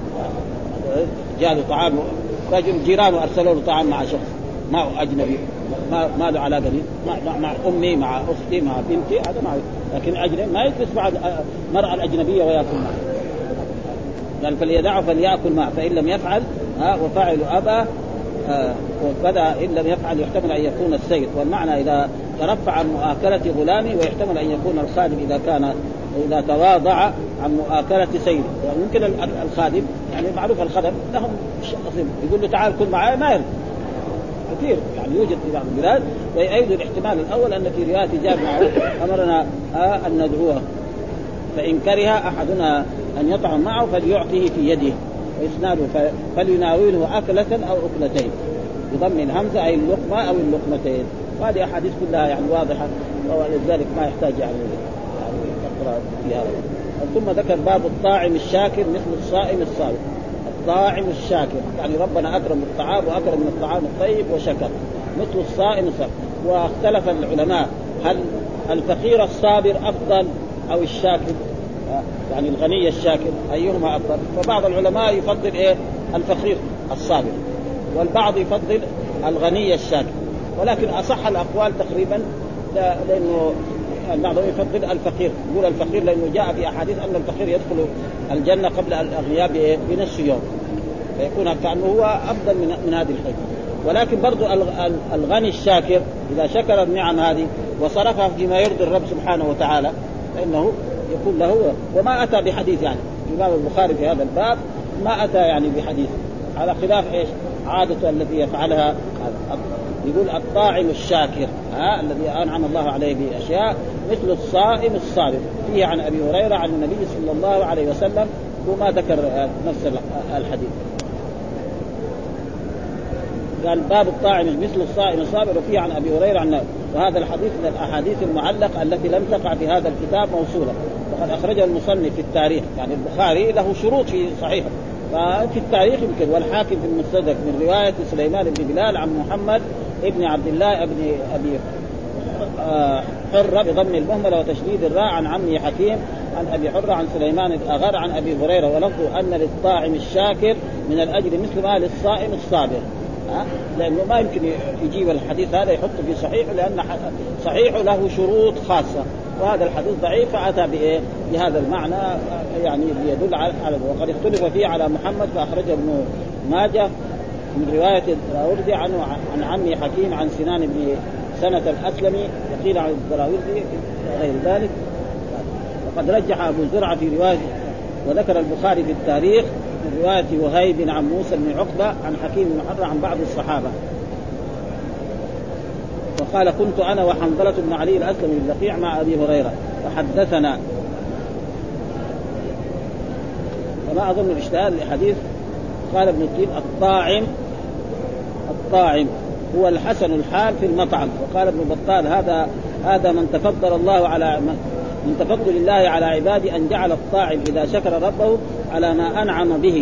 جاء له طعام رجل جيرانه أرسلوا له طعام مع شخص ما هو أجنبي، ما ما له علاقة به، مع, مع أمي مع أختي مع بنتي، هذا ما. لكن أجنبي ما يجلس مع المرأة الأجنبية ويأكل معه. قال فليدعه فليأكل معه، فإن لم يفعل ها وفاعل أبا آه وكذا إن لم يفعل يحتمل أن يكون السيد. والمعنى إذا ترفع عن مؤاكلة غلامي، ويحتمل أن يكون الخادم إذا كان إذا تواضع عن مؤاكلة سيد. وممكن يعني الخادم يعني معروف الخدم لهم يقول له تعال كل معي ما يرضى كثير، يعني يوجد في بعض البلاد. ويؤيد الاحتمال الأول أن في رواية جابر أمرنا آه أن ندعوه، فإن كره أحدنا أن يطعم معه فليعطيه في يده، وإسناده فليناوله أكلة أو أكلتين بضم الهمزة أي اللقمة أو اللقمتين. وهذه أحاديث كلها يعني واضحة، ولذلك ما يحتاج يعني نقرأ فيها. ثم ذكر باب الطاعم الشاكر مثل الصائم الصابر. الطاعم الشاكر يعني ربنا أكرم الطعام وأكرم من الطعام الطيب وشكر، مثل الصائم الصابر. واختلف العلماء هل الفقير الصابر أفضل أو الشاكر يعني الغني الشاكر أيهما أفضل؟ فبعض العلماء يفضل إيه الفقير الصابر، والبعض يفضل الغني الشاكر. ولكن أصح الأقوال تقريبا لأنه بعضهم يفضل الفقير، يقول الفقير لأنه جاء في أحاديث أن الفقير يدخل الجنة قبل الأغنياء بنصف يوم، فيكون كأنه هو أفضل من من هذه الحكمة. ولكن برضو الغني الشاكر إذا شكر النعم هذه وصرفها فيما يرضي الرب سبحانه وتعالى فإنه يكون له. وما أتى بحديث يعني الإمام البخاري في هذا الباب ما أتى يعني بحديث، على خلاف إيش عادته التي يفعلها. يقول الطاعم الشاكر ها الذي أنعم الله عليه بأشياء مثل الصائم الصابر. فيه عن أبي هريرة عن النبي صلى الله عليه وسلم وما ذكر نفس الحديث. قال باب الطاعم مثل الصائم الصابر، وفيه عن أبي هريرة عن. وهذا الحديث من الأحاديث المعلقة التي لم تقع في هذا الكتاب موصولة، وقد أخرجه المصنف في التاريخ. يعني البخاري له شروط في صحيحه، ففي التاريخ يمكن، والحاكم في المستدرك من رواية سليمان بن بلال عن محمد ابن عبد الله ابن أبي حرة بضم المهملة وتشديد الراء عن عمي حكيم عن أبي حرة عن سليمان الأغر عن أبي هريرة، ولفظ أن للطاعم الشاكر من الأجر مثل ما للصائم الصابر. أه؟ لأنه ما يمكن يجيب الحديث هذا يحطه في صحيح، لأن صحيح له شروط خاصة، وهذا الحديث ضعيف فأتى بإيه بهذا المعنى يعني يدل على. وقد اختلف فيه على محمد فأخرجه ابن ماجه من رواية الدراوردي عنه عن عمي حكيم عن سنان بن سنة الأسلمي يقيل عن الدراوردي غير ذلك. وقد رجح أبو زرعة في رواية. وذكر البخاري في التاريخ من رواية وهيب عن موسى بن عقبة عن حكيم بن حرة عن بعض الصحابة، وقال كنت أنا وحنظلة بن علي الأسلمي بالبقيع مع أبي هريرة فحدثنا. وما أظن الاشتهار لحديث. قال ابن التين الطاعم الطاعم هو الحسن الحال في المطعم. وقال ابن بطال هذا هذا من تفضل الله على من تفضل الله على عباده أن جعل الطاعم إذا شكر ربه على ما أنعم به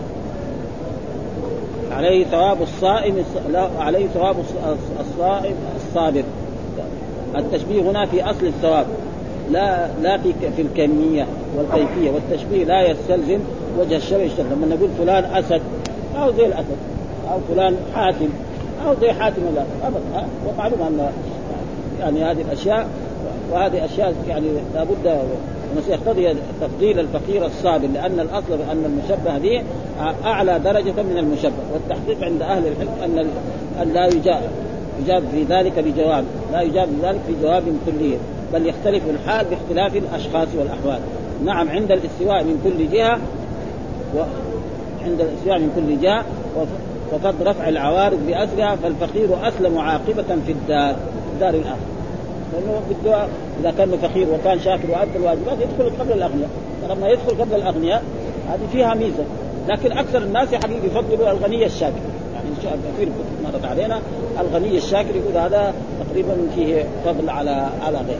عليه ثواب الصائم عليه ثواب الصائم الصابر. التشبيه هنا في أصل الثواب لا لا في في الكمية والكيفية، والتشبيه لا يستلزم وجه الشبه. لما نقول فلان أسد أو زي الأسد أو فلان حاتم أو زي حاتم ولا أبدا، ومعلوم أن يعني هذه الأشياء وهذه أشياء يعني لابد يقتضي تفضيل الفقير الصابر، لأن الأصل أن المشبه به أعلى درجة من المشبه. والتحقيق عند أهل العلم أن أن لا يجاب يجاب في ذلك بجواب لا يجاب في ذلك في جواب كلي، بل يختلف الحال باختلاف الأشخاص والأحوال. نعم عند الاستواء من كل جهة وعند الاستواء من كل جهة وقد رفع العوارض بأسرها فالفقير أسلم عاقبة في الدار دار الآخرة. لأنه بالدعاء إذا كان فقير وكان شاكر وأدى الواجبات يدخل قبل الأغنياء، فلما يدخل قبل الأغنياء هذه فيها ميزة. لكن أكثر الناس يا حبيبي يفضلوا الغني الشاكر، يعني كثير مرت علينا. الغني الشاكر يقول هذا تقريبا فيه فضل على على غيره.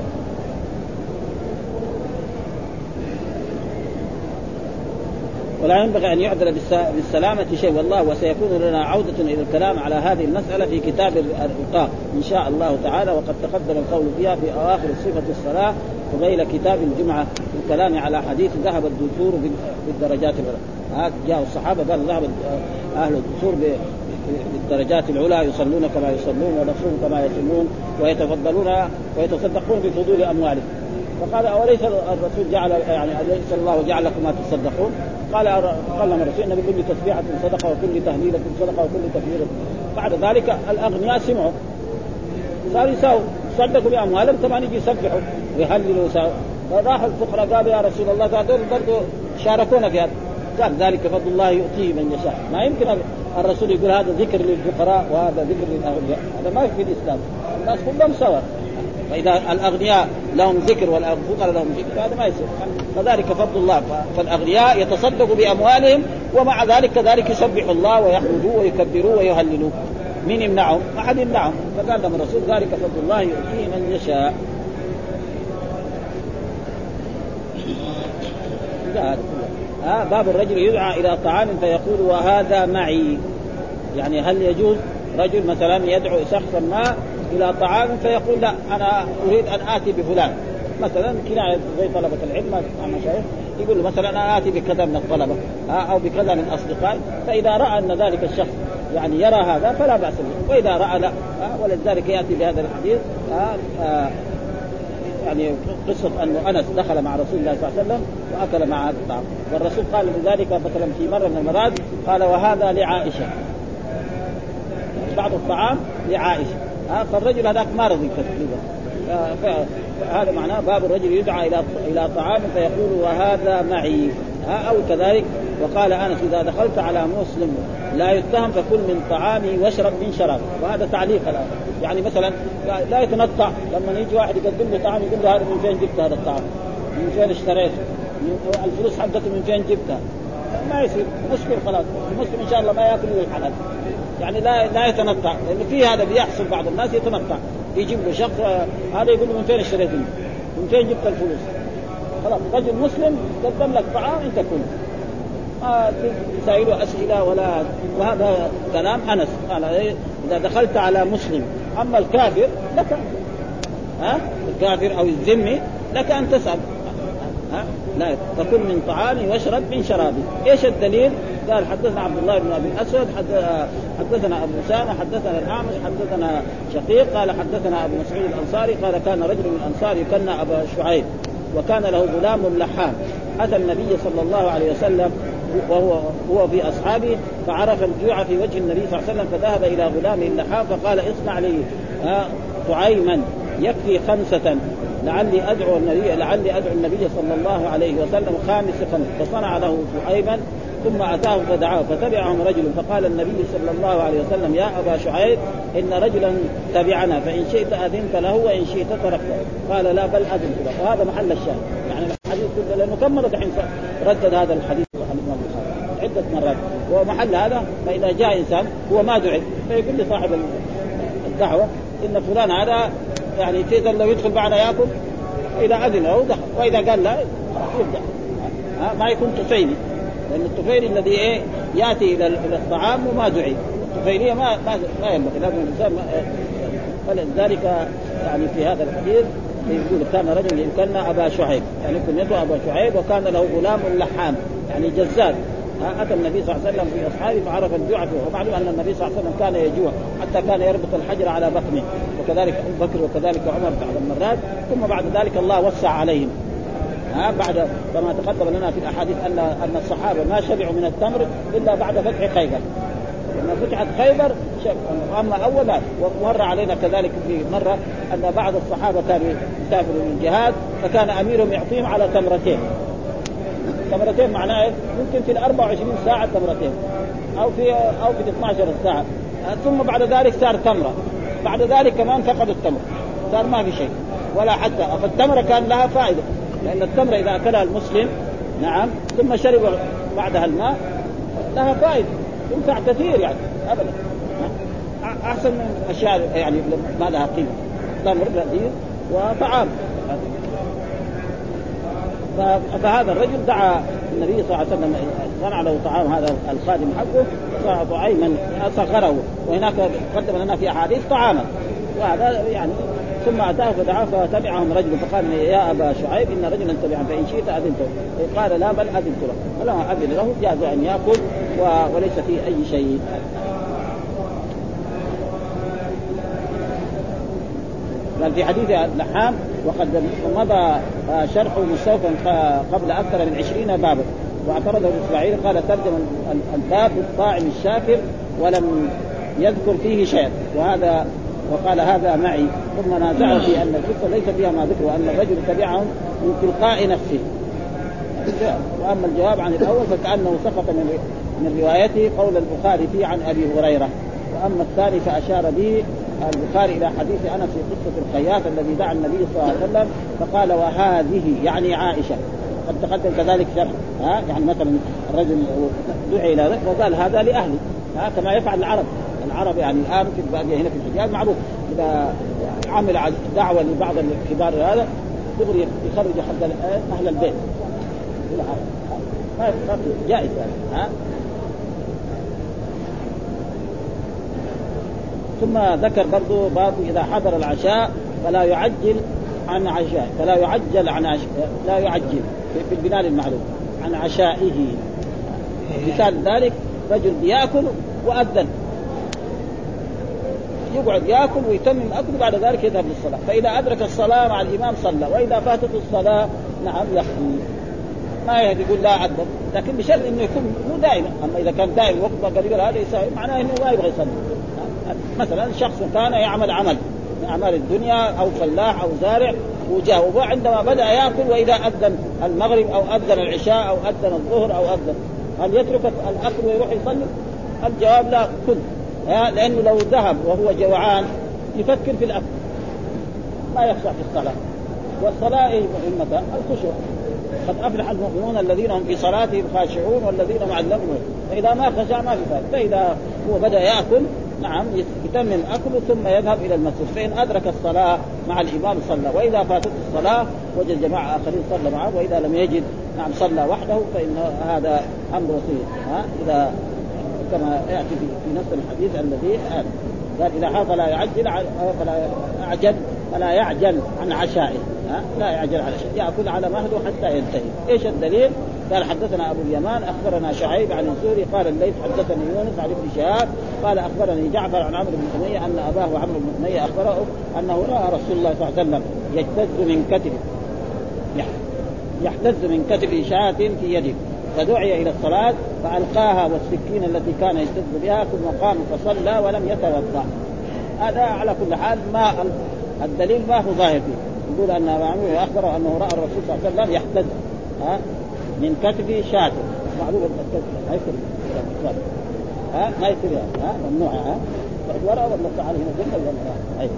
ولا ينبغي أن يعدل بالسلامة شيء والله. وسيكون لنا عودة إلى الكلام على هذه المسألة في كتاب الرقاق إن شاء الله تعالى، وقد تقدم القول فيها في أواخر صفة الصلاة قبيل كتاب الجمعة في الكلام على حديث ذهب الدثور بالدرجات العلى. هذا جاء الصحابة قال ذهب أهل الدثور بالدرجات العلى يصلون كما يصلون ويصومون كما يصومون ويتفضلون ويتصدقون بفضول أموالهم. فقال أوليس الرسول جعل يعني أليس الله جعل لكم ما تصدقون؟ قال قال لهم الرسول إن بكل تسبيحة صدقة وكل تهليلة صدقة وكل تكبيرة. بعد ذلك الأغنياء سمعوا صاروا يساووا صدقوا بأموالهم كمان يجي يسبحوا ويهللوا ويساووا. فراح الفقراء قالوا يا رسول الله تعالوا برضو شاركونا في هذا. قال ذلك فضل الله يؤتيه من يشاء. ما يمكن الرسول يقول هذا ذكر للفقراء وهذا ذكر للأغنياء، هذا ما في الإسلام. الناس كلهم سوا، فإذا الأغنياء لهم ذكر والفقراء لهم ذكر هذا ما يصير. فذلك فضل الله. فالأغنياء يتصدقوا بأموالهم ومع ذلك كذلك يسبحوا الله ويحمدوه ويكبروه ويهللوه. من يمنعهم؟ أحد يمنعهم. فقال لهم الرسول ذلك فضل الله يؤتيه من يشاء. ها باب الرجل يدعى إلى طعام فيقول وهذا معي. يعني هل يجوز رجل مثلا يدعو شخصا ما إلى طعام فيقول لا أنا أريد أن آتي بفلان مثلا كناية زي طلبة العلم مع مشايخ يقول له مثلا أنا آتي بكذا من الطلبة أو بكذا من أصدقائي. فإذا رأى أن ذلك الشخص يعني يرى هذا فلا بأس به، وإذا رأى لا. ولذلك يأتي بهذا الحديث يعني قصة أنه أنس دخل مع رسول الله صلى الله عليه وسلم وأكل مع هذا الطعام، والرسول قال لذلك مثلا في مرة من المرات قال وهذا لعائشة، بعض الطعام لعائشة. فالرجل هذاك ما رضي تقريبا. فهذا معناه باب الرجل يدعى إلى إلى طعام فيقول وهذا معي. أو كذلك وقال أنس إذا دخلت على مسلم لا يتهم فكل من طعامي واشرب من شراب. وهذا تعليق الآن يعني مثلا لا يتنطع لما يجي واحد يقدم له طعام يقول له هذا من فين جبت هذا الطعام؟ من فين اشتريته؟ الفلوس حقته من فين جبتها؟ ما يصير مشكل. خلاص المسلم إن شاء الله ما يأكل من الحلال. يعني لا لا يتنطع، لأنه في هذا بيحصل بعض الناس يتنطع يجيب له شخص هذا يقول له من فين اشتريته؟ من فين جبت الفلوس؟ خلاص رجل مسلم قدم لك طعام انت كل ما تسائله اسئله ولا. وهذا كلام انس قال اذا دخلت على مسلم. اما الكافر لك ها الكافر او الذمي لك ان تسال ها لا فكل من طعامي واشرب من شرابي. ايش الدليل؟ قال حدثنا عبد الله بن ابي الاسود حدثنا ابو اسامه حدثنا الاعمش حدثنا شقيق قال حدثنا ابو مسعود الانصاري قال كان رجل من الانصار يكنى ابا شعيب وكان له غلام لحام. اتى النبي صلى الله عليه وسلم وهو هو في اصحابه فعرف الجوع في وجه النبي صلى الله عليه وسلم فذهب الى غلامه اللحام فقال اصنع لي طعيما يكفي خمسه لعلي ادعو النبي لعلي ادعو النبي صلى الله عليه وسلم خامس خمس. فصنع له طعيما ثم أتاه فدعاه فتبعهم رجل فقال النبي صلى الله عليه وسلم يا أبا شعيب إن رجلا تبعنا فإن شئت أذنت له وإن شئت تركته. قال لا بل أذنت له. وهذا محل الشاهد يعني الحديث كله لأنه كم مرة دحين ردد هذا الحديث عدة مرات. ومحل هذا فإذا جاء إنسان هو ما دعي فيقول لصاحب الدعوة إن فلان هذا يعني تأذن لو يدخل معنا يأكل إذا أذن له دخل وإذا قال لا يرجع. ما يكون تفيني لأن الطفيلي الذي إيه يأتي إلى الطعام وما دعي الطفيلية ما ما ما ينبغي لازم الإنسان. فلذلك يعني في هذا الحديث يقول كان رجل يكنى أبا شعيب يعني كنيته أبا شعيب وكان له غلام لحام يعني جزاد. أتى النبي صلى الله عليه وسلم في أصحابه فعرف الجوع فيه. ومعلوم أن النبي صلى الله عليه وسلم كان يجوع حتى كان يربط الحجر على بطنه وكذلك أبو بكر وكذلك عمر بعض المرات. ثم بعد ذلك الله وسع عليهم ها بعد كما تقدم لنا في الأحاديث أن أن الصحابة ما شبعوا من التمر إلا بعد فتح خيبر. لما فتحت خيبر أما أول ومر علينا كذلك في مرة أن بعض الصحابة كانوا يسافروا للجهاد فكان أميرهم يعطيهم على تمرتين. تمرتين معناه ممكن في الأربع وعشرين ساعة تمرتين أو في أو في اثنتي عشرة ساعة. ثم بعد ذلك صار تمرة بعد ذلك كمان فقدوا التمر صار ما في شيء ولا حتى. فالتمرة كان لها فائدة لأن التمرة إذا أكلها المسلم نعم ثم شرب بعدها الماء لها فائدة تنفع كثير يعني أبدا. أحسن من أشياء يعني ما لها قيمة. تمر لذيذ وطعام. فهذا الرجل دعا النبي صلى الله عليه وسلم صنع له طعام هذا الخادم حقه طعيما صغره، وهناك قدم لنا في أحاديث طعاما وهذا يعني. ثم أتاه فدعاه فتبعهم رجل فقال يا أبا شعيب إن رجلا تبعا فإن شئت أذنته. قال لا بل أذنت له. فلما أذن له جاز أن يأكل وليس فيه أي شيء. قال في حديث اللحام وقد مضى شرحه مستوفا قبل أكثر من عشرين بابا، واعترضه إسماعيل قال ترجم الباب الطاعم الشاكر ولم يذكر فيه شيء، وهذا وقال هذا معي. ثم نازعه في أن القصة ليس فيها ما ذكر وأن الرجل تبعهم من تلقاء نفسه. وأما الجواب عن الأول فكأنه سقط من من روايته قول البخاري فيه عن أبي هريرة، وأما الثاني فأشار به البخاري إلى حديث أنس في قصة الخياط الذي دعا النبي صلى الله عليه وسلم فقال وهذه يعني عائشة. قد تقدم كذلك شرح ها يعني مثلا الرجل دعي إلى ذلك وقال هذا لأهلي ها كما يفعل العرب. العرب يعني الآن في البادية هنا في الحجاز معروف إذا عمل دعوة لبعض الكبار هذا دغري يخرج حق أهل البيت ما جائز ها. ثم ذكر برضو باب إذا حضر العشاء فلا يعجل عن عشاء فلا يعجل عن عشاء لا يعجل في البناء المعروف عن عشائه. مثال ذلك رجل يأكل وأذن يقعد يأكل ويتمم أكل بعد ذلك يذهب للصلاة، فإذا أدرك الصلاة مع الإمام صلى، وإذا فاتت الصلاة نعم يخلي ما يقول لا أذن، لكن بشرط إنه يكون مو دائما. أما إذا كان دائما وقت قريب هذا يساوي معناه إنه ما يبغى يصلي. مثلا شخص كان يعمل عمل من أعمال الدنيا أو فلاح أو زارع وجاء وعندما بدأ يأكل وإذا أذن المغرب أو أذن العشاء أو أذن الظهر أو أذن، هل يترك الأكل ويروح يصلي؟ الجواب لا كل، لأنه لو ذهب وهو جوعان يفكر في الأكل ما يخشع في الصلاة. والصلاة مهمة الخشوع. قد أفلح المؤمنون الذين هم في صلاتهم خاشعون والذين مع اللغو، فإذا ما خشع ما في فائدة. فإذا هو بدأ يأكل نعم يتمم أكله ثم يذهب إلى المسجد، فإن أدرك الصلاة مع الإمام صلى، وإذا فاتت الصلاة وجد جماعة آخرين صلى معه، وإذا لم يجد نعم صلى وحده، فإن هذا أمر بسيط ها إذا كما يأتي في نفس الحديث الذي قال قال إذا حاف لا يعجل فلا يعجل فلا يعجل عن عشائه ها لا يعجل على شيء يأكل على مهله حتى ينتهي. إيش الدليل؟ قال حدثنا أبو اليمان أخبرنا شعيب عن الزهري قال الليث حدثني يونس عن ابن شهاب قال أخبرني جعفر عن عمرو بن أمية أن أباه عمرو بن أمية أخبره أنه رأى رسول الله صلى الله عليه وسلم يهتز من كتفه يحتز من كتف شاة في يده، فدعي إلى الصلاة فألقاها والسكين التي كان يهتز بها ثم قام فصلى ولم يتوضأ. هذا على كل حال ما الدليل ما هو ظاهر فيه. يقول أن أبا عمرو أخبره أنه رأى الرسول صلى الله عليه وسلم يحتز ها من كتف شاة. معلوم الكتف ما يصير ها ما يصير ها ممنوع ها وراء ولا تعال هنا جنب ولا أي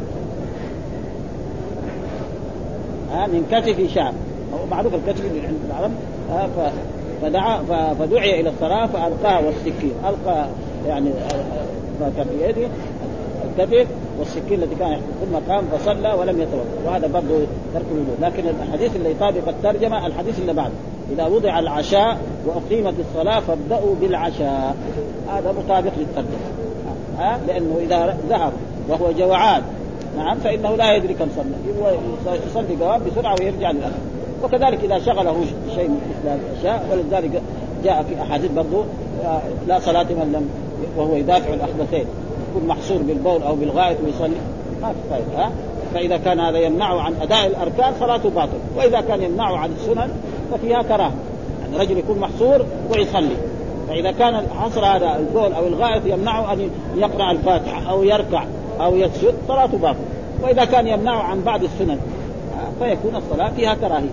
ها من كتف شاة. معروف الكتف اللي عند العرب ها فدعا فدعي إلى الصلاة فألقاها والسكين ألقى يعني كان في يده الكتف والسكين التي كان ثم قام فصلى ولم يتوضأ، وهذا برضه ترك الوضوء. لكن الحديث اللي يطابق الترجمة الحديث اللي بعد إذا وضع العشاء وأقيمت الصلاة فابدأوا بالعشاء، هذا مطابق للترجمة ها لأنه إذا ذهب وهو جوعان نعم فإنه لا يدري كم صلى يصلي جواب بسرعة ويرجع للأكل. وكذلك إذا شغله شيء من مثل الأشياء، ولذلك جاء في أحاديث برضو لا صلاة من لم وهو يدافع الأخبثين يكون محصور بالبول أو بالغائط ويصلي ما في فائدة ها. فإذا كان هذا يمنعه عن أداء الأركان صلاته باطل، وإذا كان يمنعه عن السنن ففيها كراهة. يعني رجل يكون محصور ويصلي، فإذا كان حصر هذا البول أو الغائط يمنعه أن يقرأ الفاتحة أو يركع أو يسجد صلاته باطل، وإذا كان يمنعه عن بعض السنن فيكون الصلاة فيها كراهية.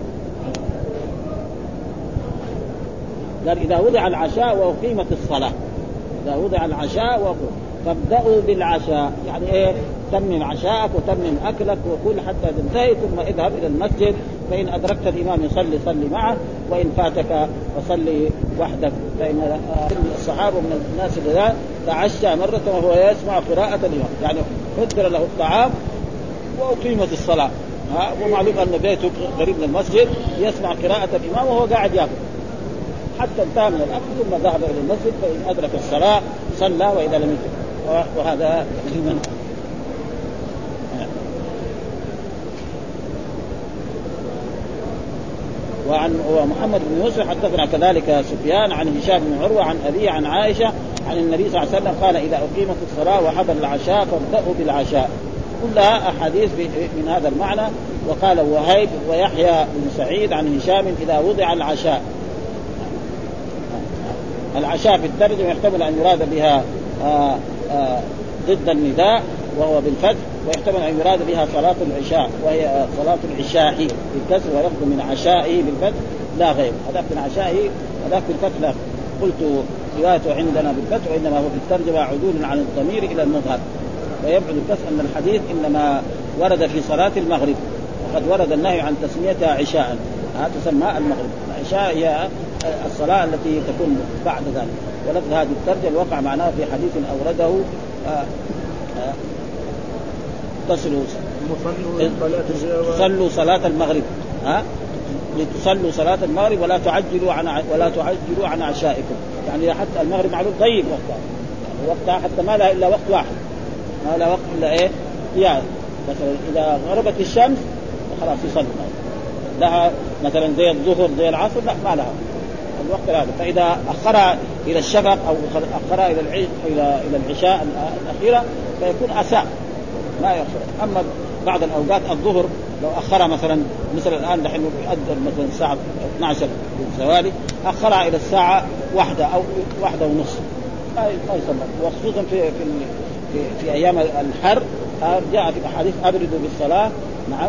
قال إذا وضع العشاء وأقيمت الصلاة، إذا وضع العشاء وأقيمت فابدأوا بالعشاء، يعني إيه؟ تمم عشاءك وتمم أكلك وكل حتى تنتهي، ثم اذهب إلى المسجد، فإن أدركت الإمام يصلي صلي معه، وإن فاتك فصلي وحدك. فإن الصحابة من الناس الذين تعشى مرة وهو يسمع قراءة الإمام، يعني قدر له الطعام وأقيمت الصلاة، ومعلوم أن بيته قريب من المسجد، يسمع قراءة الإمام وهو قاعد يأكل حتى انتهى من الأكل، ثم ذهب إلى المسجد، فإن أدرك الصلاة صلى، وإذا لم يكن. وهذا لمن وعن ومحمد بن يوسف حدثنا كذلك سفيان عن هشام بن عروة عن أبيه عن عائشة عن النبي صلى الله عليه وسلم قال: إذا أقيمت الصلاة وحضر العشاء فابدأوا بالعشاء. كلها أحاديث من هذا المعنى. وقال وهيب ويحيى بن سعيد عن هشام: إذا وضع العشاء. العشاء في الترجمة يحتمل أن يراد بها آآ آآ ضد النداء وهو بالفتح، ويحتمل أن يراد بها صلاة العشاء وهي صلاة العشاء بالكسر، ولفظ من عشائه بالفتح لا غير. هذا من عشائه وذاك بالفتح لا. قلت روايته عندنا بالفتح، وإنما هو في الترجمة عدول عن الضمير إلى المظهر. ويبعد الكسر أن الحديث إنما ورد في صلاة المغرب، وقد ورد النهي عن تسميتها عشاء، هذا تسمى المغرب. العشاء هي الصلاة التي تكون بعد ذلك. ولفظ هذه الترجمة وقع معناه في حديث أورده آآ آآ تصلوا تصلوا صلاة المغرب، ها لتصلوا صلاة المغرب ولا تعجلوا عن ولا تعجلوا عن عشائكم. يعني حتى المغرب معلوم ضيق وقتها، يعني وقتها حتى ما لها إلا وقت واحد، ما لها وقت إلا إيه يعني مثلا إذا غربت الشمس خلاص يصلي لها، مثلا زي الظهر زي العصر لا ما لها الوقت هذا. فإذا أخرها إلى الشفق أو أخرها إلى العشاء إلى إلى العشاء الأخيرة فيكون أساء ما يأخر. أما بعض الأوقات الظهر لو أخرها مثلا مثلا الآن نحن نقدر مثلا الساعة اثنتي عشرة بالزوالي، أخرها إلى الساعة واحدة أو واحدة ونصف ما يسمى. وخصوصا في في في, في أيام الحر جاء في أحاديث أبردوا بالصلاة. نعم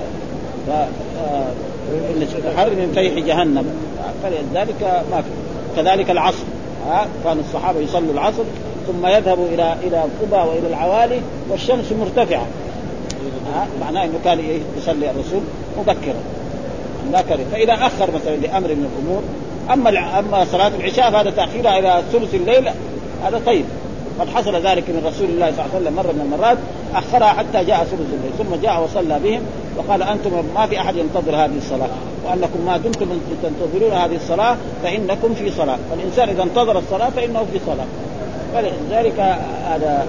الحر من فيح جهنم، فلذلك ما في. كذلك العصر كان الصحابة يصلوا العصر ثم يذهبوا إلى إلى قبى وإلى العوالي والشمس مرتفعة، معناه إنه كان يصلي الرسول مبكرا لا كره. فإذا أخر مثلا لأمر من الأمور، أما أما صلاة العشاء هذا تأخيرها إلى ثلث الليل هذا طيب. قد حصل ذلك من رسول الله صلى الله عليه وسلم مرة من المرات، أخرها حتى جاء ثلث الليل ثم جاء وصلى بهم وقال: أنتم ما في أحد ينتظر هذه الصلاة، وأنكم ما دمتم تنتظرون هذه الصلاة فإنكم في صلاة. فالإنسان إذا انتظر الصلاة فإنه في صلاة. فلذلك هذا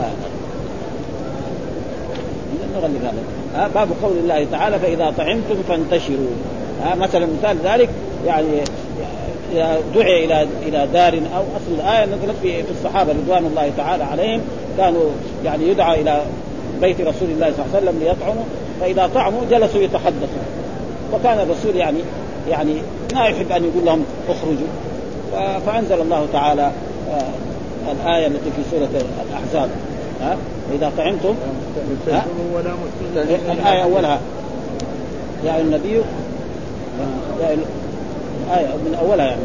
نغلق هذا باب قول الله تعالى: فإذا طعمتم فانتشروا. مثلا مثال ذلك يعني دعي إلى إلى دار، أو أصل الآية نزلت في في الصحابة رضوان الله تعالى عليهم، كانوا يعني يدعى إلى بيت رسول الله صلى الله عليه وسلم ليطعموا، فإذا طعموا جلسوا يتحدثوا، وكان الرسول يعني يعني ما يحب أن يقول لهم اخرجوا، فأنزل الله تعالى الآية التي في سورة الأحزاب: ها إذا طعمتم الآية أولها يا النبي، يا آية من أولها يعني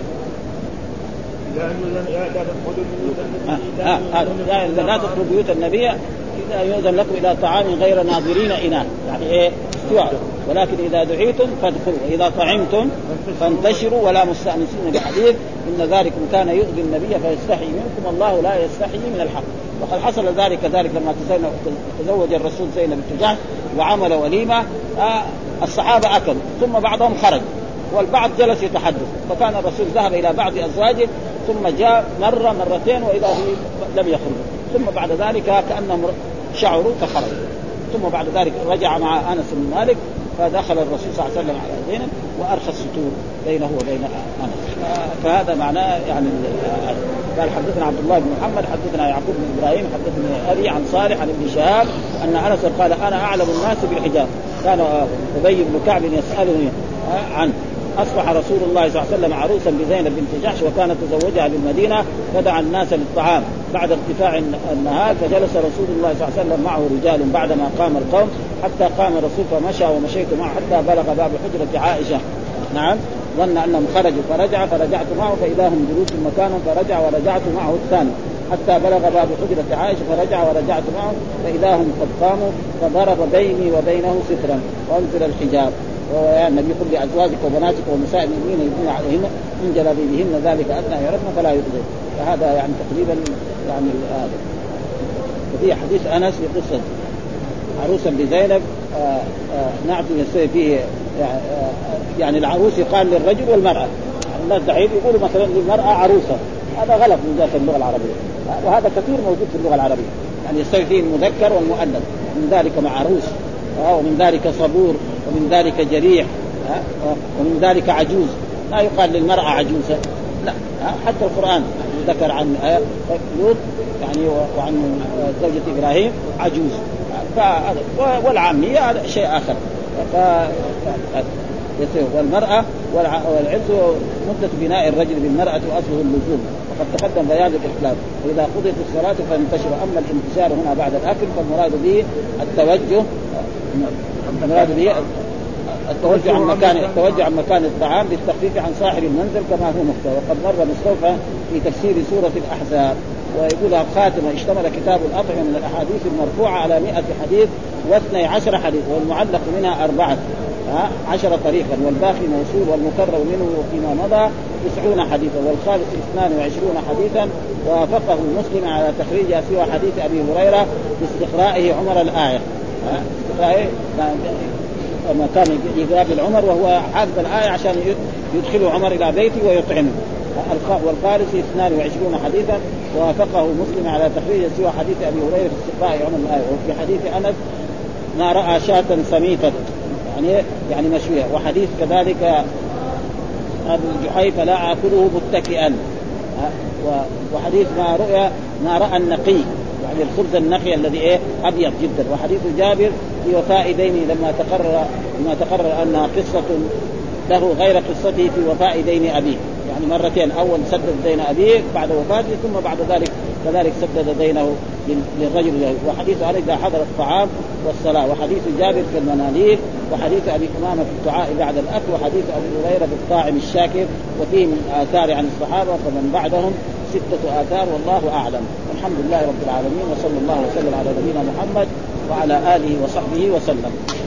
لا تدخلوا بيوت النبي إذا يؤذن لكم إلى طعام غير ناظرين إناه، يعني إيه استواء، ولكن إذا دعيتم فادخلوا، وإذا طعمتم فانتشروا ولا مستأنسين بحديث إن ذلكم كان يؤذي النبي فيستحي منكم الله لا يستحي من الحق. وقد حصل ذلك كذلك لما تزوج الرسول زينب بنت جحش وعمل وليمة، الصحابة أكلوا ثم بعضهم خرج والبعض جلس يتحدث، فكان الرسول ذهب إلى بعض أزواجه ثم جاء مرة مرتين وإذا لم يخرج، ثم بعد ذلك كأنهم شعروا فخرجوا، ثم بعد ذلك رجع مع أنس بن مالك فدخل الرسول صلى الله عليه وسلم على زينب وأرخى الستور بينه وبين أنس. فهذا معناه يعني. قال حدثنا عبد الله بن محمد حدثنا يعقوب بن إبراهيم حدثنا أبي عن صالح عن ابن شهاب أن أنس قال: أنا أعلم الناس بالحجاب. كان أبي بن كعب يسألني عنه. أصبح رسول الله صلى الله عليه وسلم عروسا بزينب بنت جحش وكانت تزوجها بالمدينة، فدعا الناس للطعام بعد ارتفاع النهار، فجلس رسول الله صلى الله عليه وسلم معه رجال بعدما قام القوم، حتى قام الرسول فمشى ومشيت معه حتى بلغ باب حجرة عائشة. نعم ظن أنهم خرجوا فرجع، فرجعت معه فإذا هم جلوس مكانهم، فرجع ورجعت معه الثاني، حتى بلغ باب حجرة عائشة فرجع ورجعت معه فإذا هم قد قاموا فضرب بيني وبينه سترا وانزل الحجاب. والنبي يقول لأزواجك وبناتك ونساء المؤمنين يدين عليهن من جلابيبهن ذلك أدنى يعرفن فلا يؤذين. فهذا يعني تقريبا يعني هذا. وفي حديث أنس في قصة عروسا بزينب نعت يسوي فيه يعني العروس يقال للرجل والمرأة. الناس دحين يقولوا مثلا للمرأة عروسة، هذا غلط من جهة اللغة العربية، وهذا كثير موجود في اللغة العربية، يعني يسوي فيه المذكر والمؤنث، من ذلك معروس ومن ذلك صبور ومن ذلك جريح ومن ذلك عجوز. لا يقال للمرأة عجوزة، لا، حتى القرآن ذكر عن لوط يعني وعن زوجة إبراهيم عجوز، والعامية هذا شيء آخر. والمرأة والعز مدة بناء الرجل بالمرأة وأصله اللزوم، وقد تقدم بيان الإخلاف. وإذا قضيت الصلاة فانتشر. أما الانتشار هنا بعد الأكل فالمراد به التوجه، المراد به التوجه عن مكان التوجه عن مكان الطعام بالتخفيف عن صاحب المنزل كما هو مختار. وقد مر مستوفى في تفسير سورة الأحزاب. ويقول الخاتمة اشتمل كتاب الأطعمة من الأحاديث المرفوعة على مئة حديث واثني عشر حديث، والمعلق منها أربعة عشر طريقا، والباقي موصول، والمكرر منه فيما مضى تسعون حديثا، والخالص اثنان وعشرون حديثا. ووافقه المسلم على تخريجها سوى حديث أبي هريرة باستقرائه عمر الآية، استقرائه لما كان يقابل عمر وهو حافظ الآية عشان يدخله عمر إلى بيته ويطعمه. والخالص اثنان وعشرون حديثا. ووافقه مسلم على تخريج سوى حديث أبي هريرة في استقراء عمر الآية. وفي حديث أنس ما رأى شاة سميتة يعني يعني مشوية. وحديث كذلك أبو الجحيفة لا أكله متكئا. وحديث ما رؤيا ما رأى النقي يعني الخبز النقي الذي إيه أبيض جدا. وحديث جابر في وفاء دينه لما تقرر لما تقرر أن قصة له غير قصته في وفاء دين أبيه، يعني مرتين، أول سدد دين أبيه بعد وفاته ثم بعد ذلك كذلك سدد دينه للرجل. وحديث علي إذا حضر الطعام والصلاة. وحديث جابر في المناديل. وحديث أبي أمامة في الدعاء بعد الأكل. وحديث أبي هريرة في الطاعم الشاكر. وفيه من آثار عن الصحابة فمن بعدهم ستة آثار والله أعلم. والحمد لله رب العالمين، وصلى الله وسلم على نبينا محمد وعلى آله وصحبه وسلم.